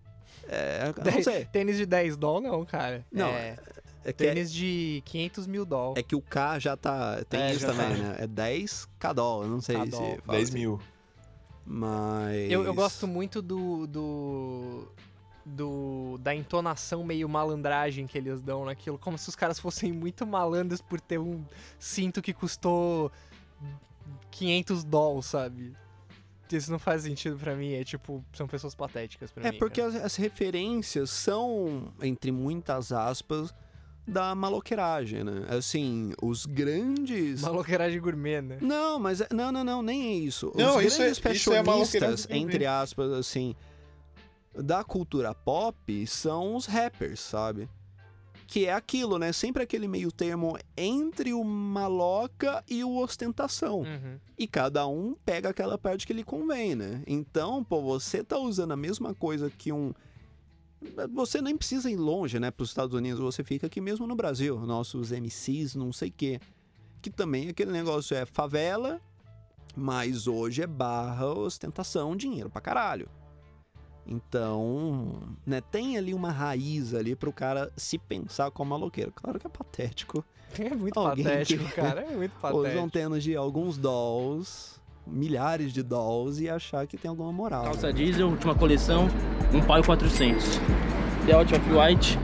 Speaker 4: Eu não sei.
Speaker 3: Tênis de $10 não, cara.
Speaker 4: Não,
Speaker 3: é
Speaker 4: É que,
Speaker 3: tênis de $500 mil.
Speaker 4: é que o K já tá. Tem isso
Speaker 3: já
Speaker 4: também,
Speaker 3: tá.
Speaker 4: né? É 10k dólar, eu não sei
Speaker 3: K-doll.
Speaker 4: se. Fala
Speaker 2: 10
Speaker 4: assim.
Speaker 2: mil.
Speaker 4: Mas.
Speaker 3: Eu gosto muito do da entonação meio malandragem que eles dão naquilo, como se os caras fossem muito malandros por ter um cinto que custou $500, sabe? Isso não faz sentido pra mim, é tipo, são pessoas patéticas pra mim.
Speaker 4: É porque as referências são, entre muitas aspas, da maloqueiragem, né? Assim, os grandes...
Speaker 3: Maloqueiragem gourmet, né?
Speaker 4: Não, mas... Não, nem é isso. Os
Speaker 2: Não, isso
Speaker 4: grandes
Speaker 2: é
Speaker 4: fashionistas,
Speaker 2: maloqueiragem
Speaker 4: entre aspas, assim, da cultura pop, são os rappers, sabe? Que é aquilo, né? Sempre aquele meio termo entre o maloca e o ostentação.
Speaker 3: Uhum.
Speaker 4: E cada um pega aquela parte que lhe convém, né? Então, pô, você tá usando a mesma coisa que você nem precisa ir longe, né, pros Estados Unidos, você fica aqui mesmo no Brasil, nossos MCs, não sei o quê. Que também aquele negócio é favela, mas hoje é barra, ostentação, dinheiro pra caralho. Então, né, tem ali uma raiz ali pro cara se pensar como maloqueiro. Claro que é patético.
Speaker 3: É muito
Speaker 4: Alguém
Speaker 3: patético,
Speaker 4: que
Speaker 3: cara, é muito patético.
Speaker 4: usam tênis de alguns dolls, milhares de dolls, e achar que tem alguma moral.
Speaker 9: Calça diesel, última coleção, 1 par 400. The Out of White,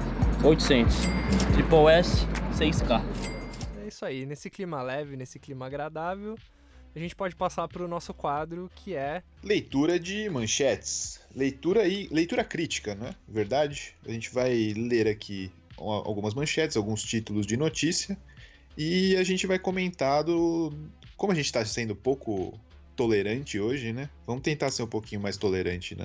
Speaker 9: 800. Triple S, 6K.
Speaker 3: É isso aí, nesse clima leve, nesse clima agradável, a gente pode passar pro nosso quadro, que é...
Speaker 2: Leitura de manchetes. Leitura crítica, né? Verdade? A gente vai ler aqui algumas manchetes, alguns títulos de notícia, e a gente vai comentar como a gente está sendo pouco tolerante hoje, né? Vamos tentar ser um pouquinho mais tolerante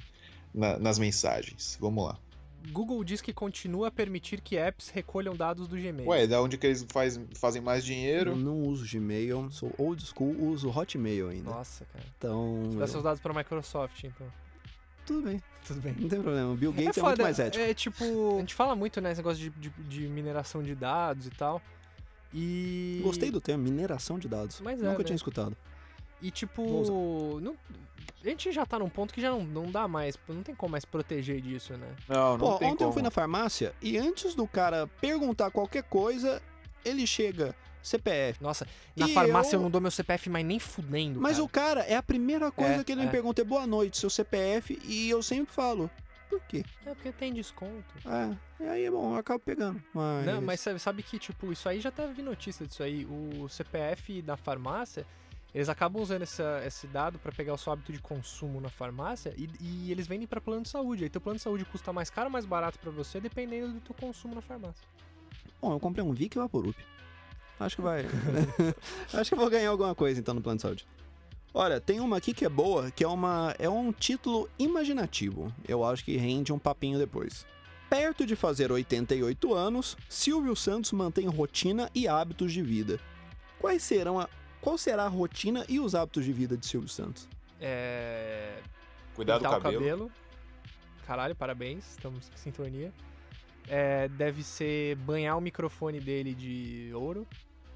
Speaker 2: nas mensagens. Vamos lá.
Speaker 3: Google diz que continua a permitir que apps recolham dados do Gmail.
Speaker 2: Ué, da onde que eles fazem mais dinheiro?
Speaker 4: Eu não uso Gmail, sou old school, uso Hotmail ainda.
Speaker 3: Nossa, cara.
Speaker 4: Então...
Speaker 3: Você dá seus dados pra Microsoft, então.
Speaker 4: Tudo bem,
Speaker 3: Tudo bem.
Speaker 4: não tem problema. O Bill Gates é
Speaker 3: foda,
Speaker 4: muito mais ético.
Speaker 3: É tipo, a gente fala muito, né, esse negócio de mineração de dados e tal. E...
Speaker 4: Gostei do termo, mineração de dados.
Speaker 3: Mas
Speaker 4: Nunca
Speaker 3: né?
Speaker 4: tinha escutado.
Speaker 3: E tipo, a gente já tá num ponto que já não dá mais, não tem como mais proteger disso, né?
Speaker 2: Não
Speaker 4: Pô,
Speaker 2: tem
Speaker 4: ontem
Speaker 2: como.
Speaker 4: eu fui na farmácia e antes do cara perguntar qualquer coisa, ele chega, CPF.
Speaker 3: Nossa, na
Speaker 4: E
Speaker 3: farmácia eu
Speaker 4: eu
Speaker 3: não dou meu CPF, mas nem fudendo,
Speaker 4: Mas
Speaker 3: cara.
Speaker 4: o cara, é a primeira coisa que ele me
Speaker 3: é.
Speaker 4: pergunta, é boa noite, seu CPF, e eu sempre falo, por quê?
Speaker 3: É porque tem desconto.
Speaker 4: E aí é bom, eu acabo pegando. Mas...
Speaker 3: Não, mas sabe que, tipo, isso aí já teve notícia disso aí. O CPF da farmácia, eles acabam usando esse dado pra pegar o seu hábito de consumo na farmácia e eles vendem pra plano de saúde. Aí teu plano de saúde custa mais caro ou mais barato pra você, dependendo do teu consumo na farmácia.
Speaker 4: Bom, eu comprei um Vic Vaporub. Acho que vai... Acho que eu vou ganhar alguma coisa, então, no plano de saúde. Olha, tem uma aqui que é boa, que é um título imaginativo. Eu acho que rende um papinho depois. Perto de fazer 88 anos, Silvio Santos mantém rotina e hábitos de vida. Qual será a rotina e os hábitos de vida de Silvio Santos?
Speaker 2: Cuidar do
Speaker 3: Pintar o
Speaker 2: cabelo.
Speaker 3: Caralho, parabéns, estamos em sintonia. Deve ser banhar o microfone dele de ouro.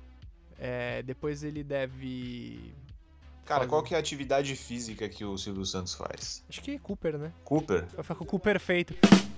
Speaker 3: Depois ele deve...
Speaker 2: Cara, qual que é a atividade física que o Silvio Santos faz?
Speaker 3: Acho que Cooper, né?
Speaker 2: Cooper?
Speaker 3: Vai ficar com o Cooper perfeito.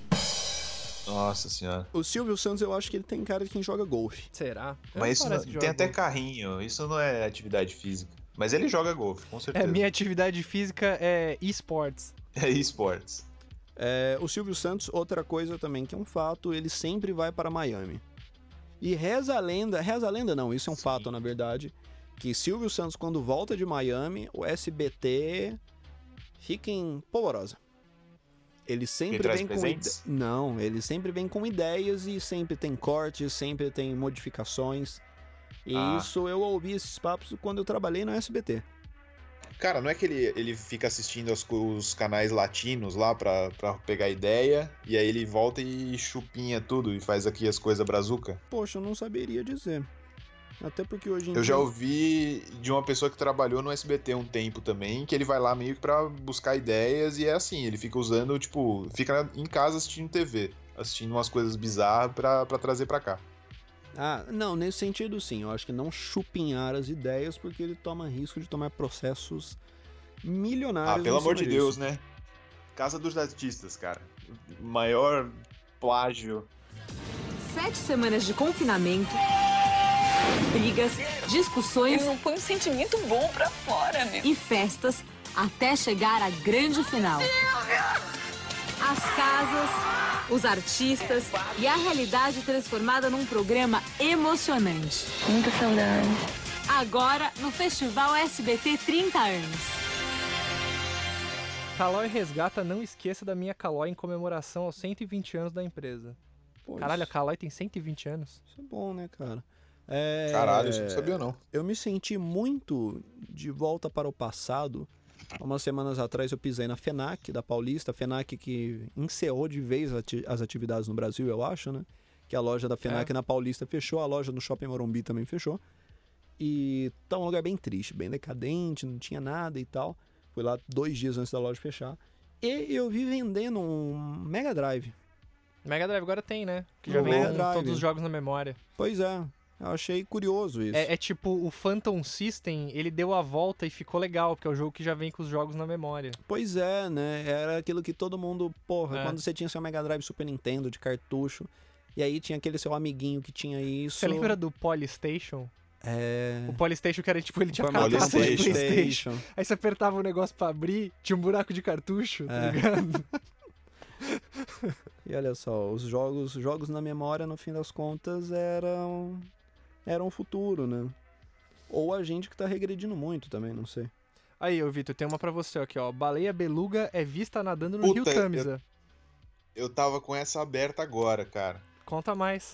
Speaker 2: Nossa senhora.
Speaker 4: O Silvio Santos, eu acho que ele tem cara de quem joga golfe.
Speaker 3: Será?
Speaker 2: Mas isso
Speaker 3: parece que
Speaker 2: tem
Speaker 3: joga
Speaker 2: até
Speaker 3: golfe.
Speaker 2: carrinho, isso não é atividade física. Mas ele joga golfe, com certeza.
Speaker 3: Minha atividade física é esportes.
Speaker 2: É esportes.
Speaker 4: O Silvio Santos, outra coisa também que é um fato, ele sempre vai para Miami. E reza a lenda não, isso é um
Speaker 2: Sim.
Speaker 4: fato na verdade, que Silvio Santos quando volta de Miami, o SBT fica em polvorosa. Ele sempre
Speaker 2: traz
Speaker 4: vem
Speaker 2: presentes?
Speaker 4: Não, ele sempre vem com ideias e sempre tem cortes, sempre tem modificações. E isso eu ouvi esses papos quando eu trabalhei no SBT.
Speaker 2: Cara, não é que ele fica assistindo os canais latinos lá pra pegar ideia, e aí ele volta e chupinha tudo e faz aqui as coisas brazuca?
Speaker 4: Poxa, eu não saberia dizer. Até porque hoje em
Speaker 2: Eu
Speaker 4: dia...
Speaker 2: já ouvi de uma pessoa que trabalhou no SBT um tempo também, que ele vai lá meio que pra buscar ideias e é assim, ele fica usando, tipo, fica em casa assistindo TV, assistindo umas coisas bizarras pra trazer pra cá.
Speaker 4: Não, nesse sentido sim, eu acho que não chupinhar as ideias porque ele toma risco de tomar processos milionários.
Speaker 2: Pelo
Speaker 4: em cima
Speaker 2: amor de
Speaker 4: disso.
Speaker 2: Deus, né? Casa dos Artistas, cara. Maior plágio.
Speaker 10: 7 semanas de confinamento, brigas, discussões.
Speaker 11: Não põe um sentimento bom pra fora, meu.
Speaker 10: E festas até chegar à grande final. as casas, os artistas e a realidade transformada num programa emocionante.
Speaker 5: Muita saudade.
Speaker 10: Agora, no Festival SBT 30 anos.
Speaker 3: Calói resgata Não Esqueça da Minha Calói em comemoração aos 120 anos da empresa.
Speaker 4: Pô,
Speaker 3: Caralho, a Calói tem 120 anos.
Speaker 4: Isso é bom, né, cara?
Speaker 2: Caralho, isso eu não sabia não.
Speaker 4: Eu me senti muito de volta para o passado. Há umas semanas atrás eu pisei na FENAC da Paulista, a FENAC que encerrou de vez as atividades no Brasil, eu acho, né? Que a loja da FENAC na Paulista fechou, a loja no Shopping Morumbi também fechou. E tá um lugar bem triste, bem decadente, não tinha nada e tal. Fui lá 2 dias antes da loja fechar. E eu vi vendendo um Mega Drive.
Speaker 3: Mega Drive agora tem, né? Que já
Speaker 4: No
Speaker 3: vem
Speaker 4: Mega
Speaker 3: com
Speaker 4: Drive.
Speaker 3: todos os jogos na memória.
Speaker 4: Pois é, eu achei curioso isso.
Speaker 3: É tipo, o Phantom System, ele deu a volta e ficou legal, porque é o jogo que já vem com os jogos na memória.
Speaker 4: Pois é, né? Era aquilo que todo mundo... Porra, quando você tinha seu Mega Drive Super Nintendo de cartucho, e aí tinha aquele seu amiguinho que tinha isso...
Speaker 3: Você lembra do Polystation?
Speaker 4: É...
Speaker 3: O Polystation que era tipo, ele tinha
Speaker 4: Foi mal,
Speaker 3: cartucho de
Speaker 4: PlayStation.
Speaker 3: PlayStation. Aí você apertava o negócio pra abrir, tinha um buraco de cartucho, tá ligado?
Speaker 4: E olha só, os jogos na memória, no fim das contas, eram o futuro, né? Ou a gente que tá regredindo muito também, não sei.
Speaker 3: Aí, ô Vitor, tem uma pra você aqui, ó. Baleia beluga é vista nadando no Rio Tamisa.
Speaker 2: Eu tava com essa aberta agora, cara.
Speaker 3: Conta mais.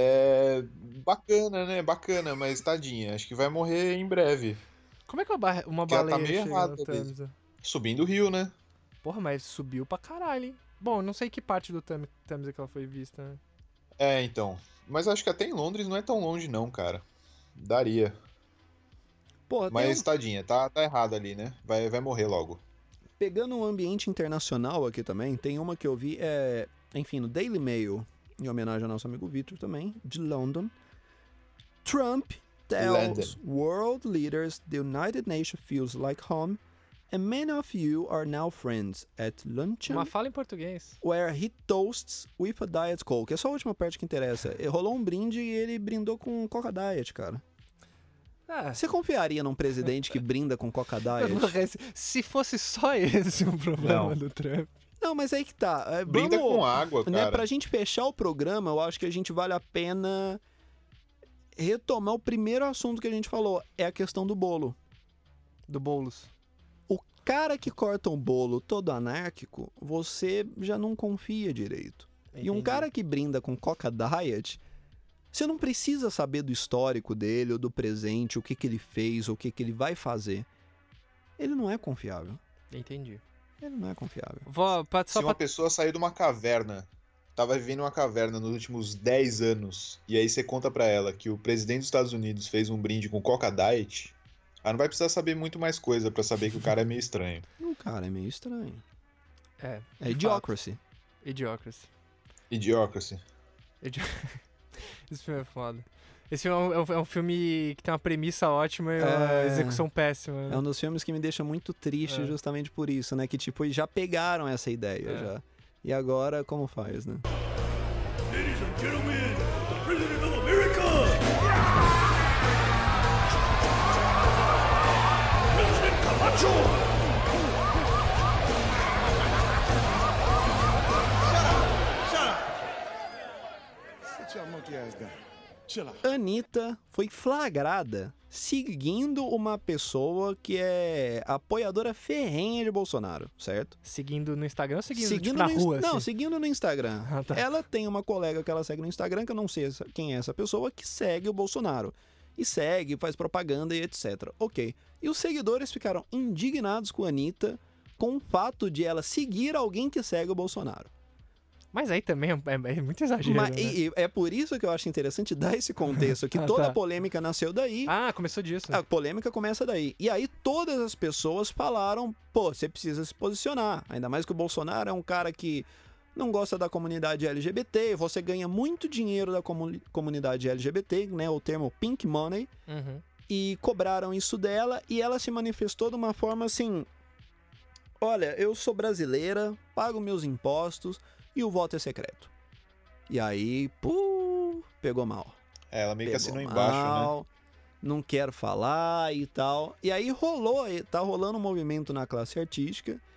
Speaker 2: Bacana, né? Bacana, mas tadinha. Acho que vai morrer em breve.
Speaker 3: Como é que uma
Speaker 2: Porque ela
Speaker 3: baleia
Speaker 2: tá meio
Speaker 3: chega
Speaker 2: errada
Speaker 3: no
Speaker 2: mesmo.
Speaker 3: Tamisa?
Speaker 2: Subindo o rio, né?
Speaker 3: Porra, mas subiu pra caralho, hein? Bom, não sei que parte do Tamisa que ela foi vista, né?
Speaker 2: Então. Mas acho que até em Londres não é tão longe não, cara. Daria.
Speaker 4: Porra,
Speaker 2: Mas tadinha, tá errado ali, né? Vai morrer logo.
Speaker 4: Pegando um ambiente internacional aqui também, tem uma que eu vi, enfim, no Daily Mail, em homenagem ao nosso amigo Victor também, de London. Trump tells world leaders the United Nations feels like home and many of you are now friends at luncheon.
Speaker 3: Uma fala em português.
Speaker 4: Where he toasts with a Diet Coke. É só a última parte que interessa. Rolou um brinde e ele brindou com Coca Diet, cara. Você confiaria num presidente que brinda com Coca Diet?
Speaker 3: Se fosse só esse o problema
Speaker 2: Não.
Speaker 3: do Trump.
Speaker 4: Não, mas aí que tá.
Speaker 2: Brinda com água,
Speaker 4: né,
Speaker 2: cara.
Speaker 4: pra gente fechar o programa, eu acho que a gente vale a pena retomar o primeiro assunto que a gente falou. É a questão do bolo.
Speaker 3: Do Boulos.
Speaker 4: O cara que corta um bolo todo anárquico, você já não confia direito. E um cara que brinda com Coca Diet, você não precisa saber do histórico dele, ou do presente, o que ele fez, ou o que ele vai fazer. Ele não é confiável.
Speaker 3: Entendi.
Speaker 4: Ele não é confiável.
Speaker 2: Se uma pessoa saiu de uma caverna, tava vivendo uma caverna nos últimos 10 anos, e aí você conta pra ela que o presidente dos Estados Unidos fez um brinde com Coca Diet, ela não vai precisar saber muito mais coisa pra saber que o cara é meio estranho.
Speaker 4: O cara é meio estranho.
Speaker 3: É
Speaker 4: Idiocracy.
Speaker 3: Idiocracy.
Speaker 2: Idiocracy.
Speaker 3: Esse filme é foda. Esse filme é um filme que tem uma premissa ótima e uma execução péssima.
Speaker 4: É um dos filmes que me deixa muito triste justamente por isso, né? Que tipo, já pegaram essa ideia já. E agora, como faz, né?
Speaker 1: Ladies and gentlemen, the President of America! President Camacho!
Speaker 4: Anitta foi flagrada seguindo uma pessoa que é apoiadora ferrenha de Bolsonaro, certo?
Speaker 3: Seguindo no Instagram ou seguindo tipo, na rua?
Speaker 4: Não,
Speaker 3: assim?
Speaker 4: seguindo no Instagram.
Speaker 3: Tá.
Speaker 4: Ela tem uma colega que ela segue no Instagram, que eu não sei quem é essa pessoa, que segue o Bolsonaro. E segue, faz propaganda e etc. Ok. E os seguidores ficaram indignados com a Anitta com o fato de ela seguir alguém que segue o Bolsonaro.
Speaker 3: Mas aí também é muito exagero, né?
Speaker 4: E é por isso que eu acho interessante dar esse contexto, que toda a polêmica nasceu daí.
Speaker 3: Começou disso.
Speaker 4: A polêmica começa daí. E aí todas as pessoas falaram, pô, você precisa se posicionar. Ainda mais que o Bolsonaro é um cara que não gosta da comunidade LGBT, você ganha muito dinheiro da comunidade LGBT, né, o termo pink money, e cobraram isso dela, e ela se manifestou de uma forma assim, olha, eu sou brasileira, pago meus impostos, e o voto é secreto. E aí, pegou mal.
Speaker 2: Ela meio que assinou
Speaker 4: mal,
Speaker 2: embaixo, né?
Speaker 4: Não quero falar e tal. E aí tá rolando um movimento na classe artística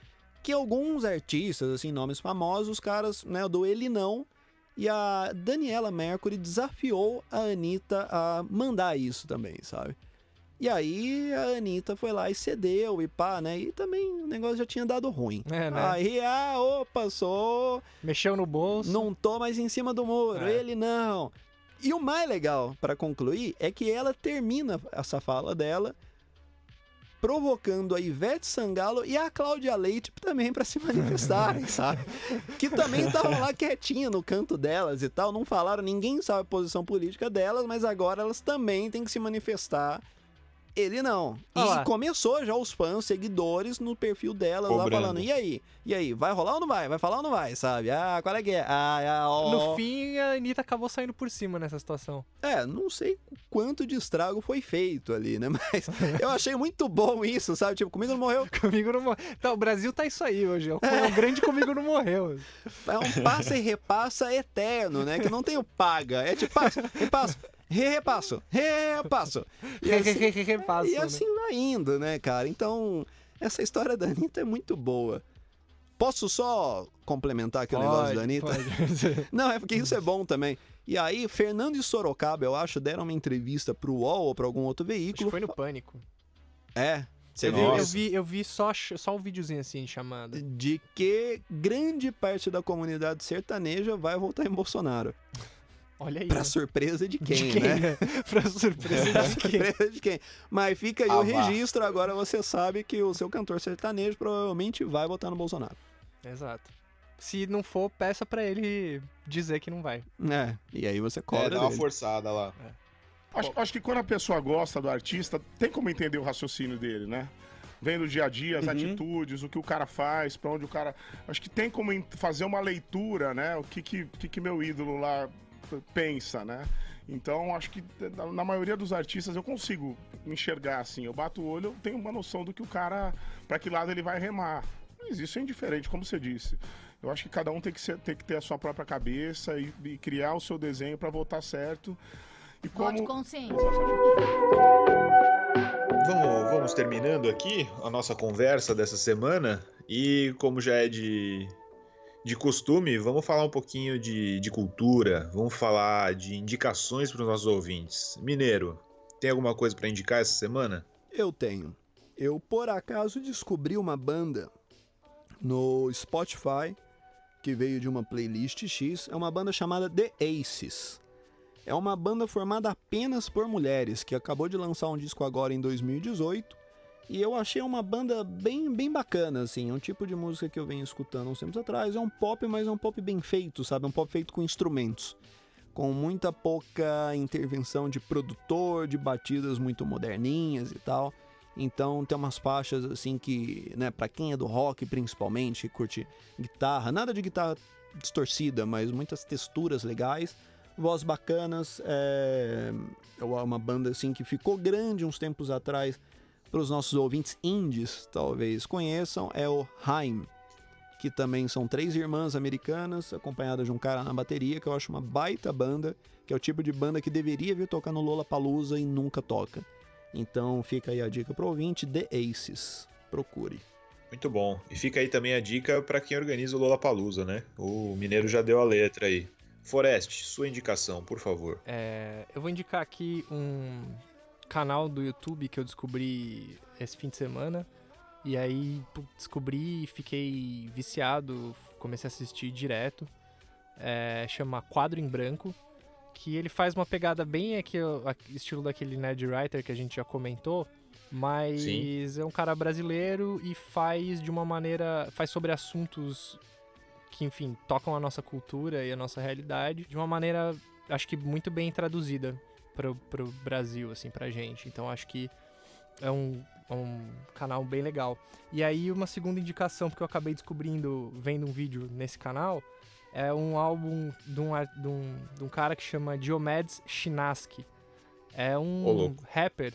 Speaker 4: que alguns artistas, assim, nomes famosos, os caras, né, eu dou ele não. E a Daniela Mercury desafiou a Anitta a mandar isso também, sabe? E aí a Anitta foi lá e cedeu e pá, né? E também o negócio já tinha dado ruim.
Speaker 3: É, né?
Speaker 4: Aí, passou.
Speaker 3: Mexeu no bolso.
Speaker 4: Não tô mais em cima do muro,
Speaker 3: É.
Speaker 4: ele não. E o mais legal, pra concluir, é que ela termina essa fala dela provocando a Ivete Sangalo e a Cláudia Leite também pra se manifestarem, sabe? Que também estavam lá quietinha no canto delas e tal, não falaram, ninguém sabe a posição política delas, mas agora elas também têm que se manifestar. Ele não.
Speaker 3: Olha lá.
Speaker 4: E começou já os fãs, seguidores no perfil delas lá
Speaker 2: Cobrando.
Speaker 4: falando, e aí, vai rolar ou não vai? Vai falar ou não vai, sabe? Ah, qual é que é? Ó.
Speaker 3: No fim, a Anitta acabou saindo por cima nessa situação.
Speaker 4: Não sei quanto de estrago foi feito ali, né? Mas eu achei muito bom isso, sabe? Tipo, comigo não morreu.
Speaker 3: Comigo não morreu. Então, o Brasil tá isso aí hoje. É um grande comigo não morreu.
Speaker 4: É um passa e repassa eterno, né? Que não tem o paga. É tipo, repasso. Repasso. E
Speaker 3: Repasso,
Speaker 4: e assim vai indo, né, cara? Então, essa história da Anitta é muito boa. Posso só complementar aqui o negócio da Anitta?
Speaker 3: Pode.
Speaker 4: Não, é porque isso é bom também. E aí, Fernando e Sorocaba, eu acho, deram uma entrevista pro UOL ou pra algum outro
Speaker 3: Acho
Speaker 4: veículo.
Speaker 3: que foi no Pânico.
Speaker 4: Você viu isso?
Speaker 3: Eu vi só um videozinho assim de chamada.
Speaker 4: De que grande parte da comunidade sertaneja vai votar em Bolsonaro.
Speaker 3: Olha aí.
Speaker 4: Pra
Speaker 3: né?
Speaker 4: surpresa de quem,
Speaker 3: De quem,
Speaker 4: né?
Speaker 3: Pra surpresa
Speaker 4: Pra
Speaker 3: de quem?
Speaker 4: surpresa de quem. Mas fica aí
Speaker 11: Ah,
Speaker 4: o
Speaker 11: vá.
Speaker 4: registro, agora você sabe que o seu cantor sertanejo provavelmente vai votar no Bolsonaro.
Speaker 3: Exato. Se não for, peça pra ele dizer que não vai.
Speaker 4: E aí você cobra
Speaker 11: Dá uma
Speaker 4: dele.
Speaker 11: forçada lá.
Speaker 6: Acho que quando a pessoa gosta do artista, tem como entender o raciocínio dele, né? Vem do dia a dia, as atitudes, o que o cara faz, pra onde o cara... Acho que tem como fazer uma leitura, né? O que meu ídolo lá pensa, né? Então, acho que na maioria dos artistas eu consigo enxergar assim. Eu bato o olho, eu tenho uma noção do que o cara... Pra que lado ele vai remar. Mas isso é indiferente, como você disse. Eu acho que cada um tem que ter a sua própria cabeça e criar o seu desenho pra votar certo. E
Speaker 12: Voto consciente.
Speaker 2: Vamos terminando aqui a nossa conversa dessa semana. E como já é de costume, vamos falar um pouquinho de cultura. Vamos falar de indicações para os nossos ouvintes. Mineiro, tem alguma coisa para indicar essa semana?
Speaker 4: Eu tenho. Eu, por acaso, descobri uma banda no Spotify que veio de uma playlist X. É uma banda chamada The Aces. É uma banda formada apenas por mulheres, que acabou de lançar um disco agora em 2018. E eu achei uma banda bem bacana, assim. É um tipo de música que eu venho escutando uns tempos atrás. É um pop, mas é um pop bem feito, sabe? É um pop feito com instrumentos. Com muita pouca intervenção de produtor, de batidas muito moderninhas e tal. Então tem umas faixas, assim, que, né, pra quem é do rock principalmente, que curte guitarra, nada de guitarra distorcida, mas muitas texturas legais. Voz bacanas, é uma banda assim que ficou grande uns tempos atrás, para os nossos ouvintes indies talvez conheçam, é o Haim, que também são 3 irmãs americanas, acompanhadas de um cara na bateria, que eu acho uma baita banda, que é o tipo de banda que deveria vir tocar no Lollapalooza e nunca toca. Então fica aí a dica pro ouvinte, The Aces, procure.
Speaker 2: Muito bom. E fica aí também a dica para quem organiza o Lollapalooza, né? O Mineiro já deu a letra aí. Forest, sua indicação, por favor.
Speaker 3: Eu vou indicar aqui um canal do YouTube que eu descobri esse fim de semana. E aí descobri e fiquei viciado, comecei a assistir direto. Chama Quadro em Branco, que ele faz uma pegada bem aqui, estilo daquele Nerd Writer que a gente já comentou. Mas Sim. É um cara brasileiro e faz de uma maneira... Faz sobre assuntos que, enfim, tocam a nossa cultura e a nossa realidade de uma maneira, acho que muito bem traduzida pro Brasil, assim, pra gente. Então, acho que é um canal bem legal. E aí, uma segunda indicação, porque eu acabei descobrindo, vendo um vídeo nesse canal, é um álbum de um cara que chama Diomedes Chinaski. É um rapper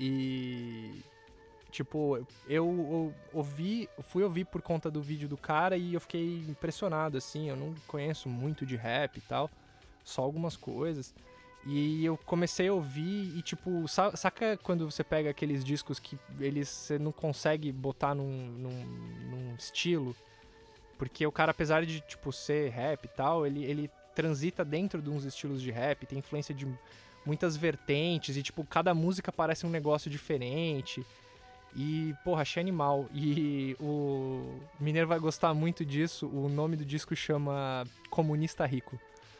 Speaker 3: e... Tipo, eu fui ouvir por conta do vídeo do cara e eu fiquei impressionado, assim. Eu não conheço muito de rap e tal, só algumas coisas. E eu comecei a ouvir e, tipo, saca quando você pega aqueles discos que você não consegue botar num estilo? Porque o cara, apesar de, tipo, ser rap e tal, ele transita dentro de uns estilos de rap, tem influência de muitas vertentes e, tipo, cada música parece um negócio diferente. E, porra, achei animal. E o Mineiro vai gostar muito disso. O nome do disco chama Comunista Rico.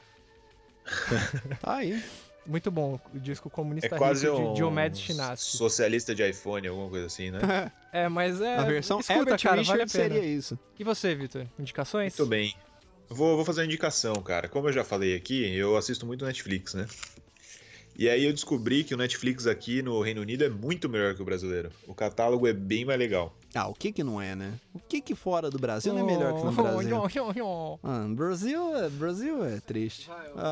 Speaker 4: Tá aí.
Speaker 3: Muito bom, o disco Comunista Rico
Speaker 2: quase
Speaker 3: de Diomedes Chinaski.
Speaker 2: Socialista de iPhone, alguma coisa assim, né?
Speaker 3: Mas é...
Speaker 4: A versão
Speaker 3: escuta,
Speaker 4: Herbert
Speaker 3: cara,
Speaker 4: Richards
Speaker 3: vale a pena.
Speaker 4: seria isso.
Speaker 3: E você, Vitor? Indicações?
Speaker 2: Muito bem. Vou fazer uma indicação, cara. Como eu já falei aqui, eu assisto muito Netflix, né? E aí eu descobri que o Netflix aqui no Reino Unido é muito melhor que o brasileiro. O catálogo é bem mais legal.
Speaker 4: O que não é, né? O que fora do Brasil não é melhor que no Brasil? Brasil é triste.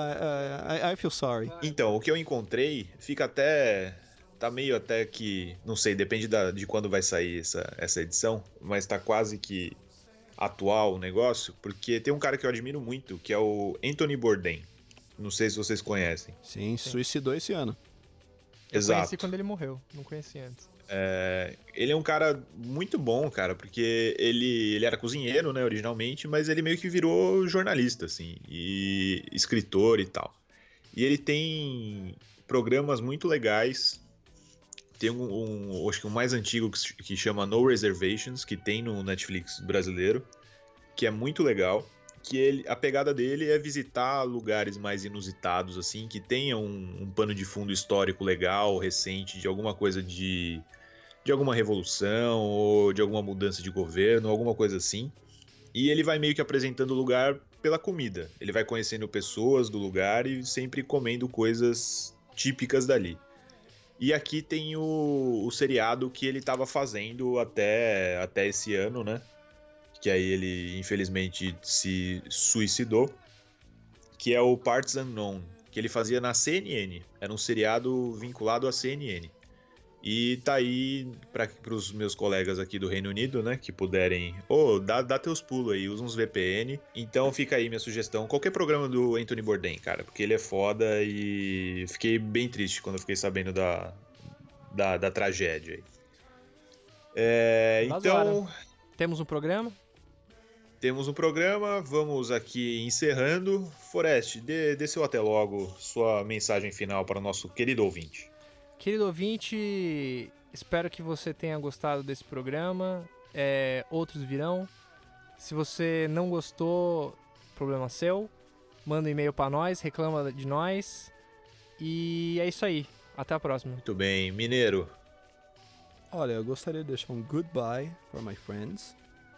Speaker 4: I feel sorry.
Speaker 2: Então, o que eu encontrei fica até... Tá meio até que... Não sei, depende de quando vai sair essa edição. Mas tá quase que atual o negócio. Porque tem um cara que eu admiro muito, que é o Anthony Bourdain. Não sei se vocês conhecem.
Speaker 4: Sim, suicidou esse ano.
Speaker 2: Exato.
Speaker 3: Eu conheci quando ele morreu, não conheci antes.
Speaker 2: Ele é um cara muito bom, cara, porque ele era cozinheiro, né, originalmente, mas ele meio que virou jornalista, assim, e escritor e tal. E ele tem programas muito legais. Tem acho que o mais antigo que chama No Reservations, que tem no Netflix brasileiro, que é muito legal. Que a pegada dele é visitar lugares mais inusitados, assim, que tenham um pano de fundo histórico legal, recente, de alguma coisa de alguma revolução, ou de alguma mudança de governo, alguma coisa assim. E ele vai meio que apresentando o lugar pela comida. Ele vai conhecendo pessoas do lugar e sempre comendo coisas típicas dali. E aqui tem o seriado que ele estava fazendo até esse ano, né? Que aí ele, infelizmente, se suicidou, que é o Parts Unknown, que ele fazia na CNN. Era um seriado vinculado à CNN. E tá aí para os meus colegas aqui do Reino Unido, né, que puderem... dá teus pulos aí, usa uns VPN. Então fica aí minha sugestão. Qualquer programa do Anthony Bourdain, cara, porque ele é foda e fiquei bem triste quando eu fiquei sabendo da tragédia aí. Então...
Speaker 3: Temos um programa?
Speaker 2: Temos um programa, vamos aqui encerrando. Forest, dê seu até logo, sua mensagem final para o nosso querido ouvinte.
Speaker 3: Querido ouvinte, espero que você tenha gostado desse programa. Outros virão. Se você não gostou, problema seu. Manda um e-mail para nós, reclama de nós. E é isso aí. Até a próxima.
Speaker 2: Muito bem. Mineiro.
Speaker 4: Olha, eu gostaria de deixar um goodbye for my friends.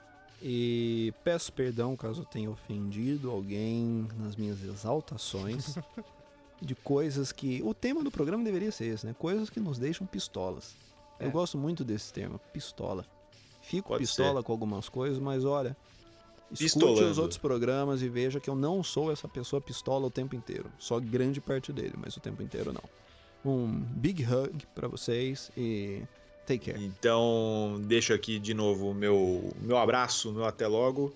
Speaker 4: E peço perdão caso eu tenha ofendido alguém nas minhas exaltações de coisas que... O tema do programa deveria ser esse, né? Coisas que nos deixam pistolas. Eu gosto muito desse termo, pistola. Fico
Speaker 2: Pode
Speaker 4: pistola
Speaker 2: ser.
Speaker 4: Com algumas coisas, mas olha... Escute
Speaker 2: Pistolando.
Speaker 4: os outros programas e veja que eu não sou essa pessoa pistola o tempo inteiro. Só grande parte dele, mas o tempo inteiro não. Um big hug pra vocês e... Take care.
Speaker 2: Então, deixo aqui de novo o meu abraço, meu até logo.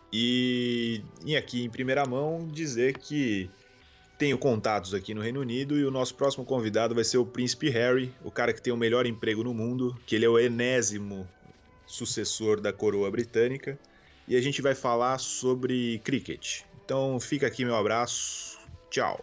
Speaker 2: E aqui em primeira mão dizer que tenho contatos aqui no Reino Unido e o nosso próximo convidado vai ser o Príncipe Harry, o cara que tem o melhor emprego no mundo, que ele é o enésimo sucessor da coroa britânica. E a gente vai falar sobre cricket. Então fica aqui meu abraço. Tchau.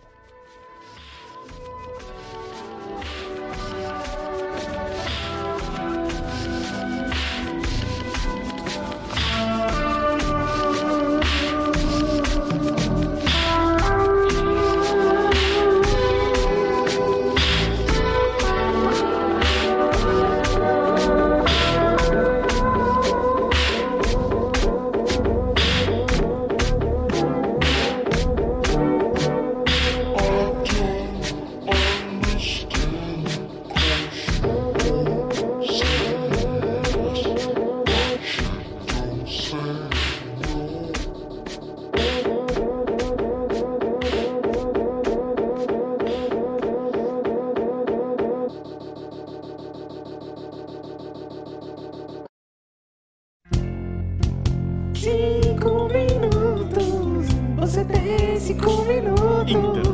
Speaker 11: Você tem 5 minutos.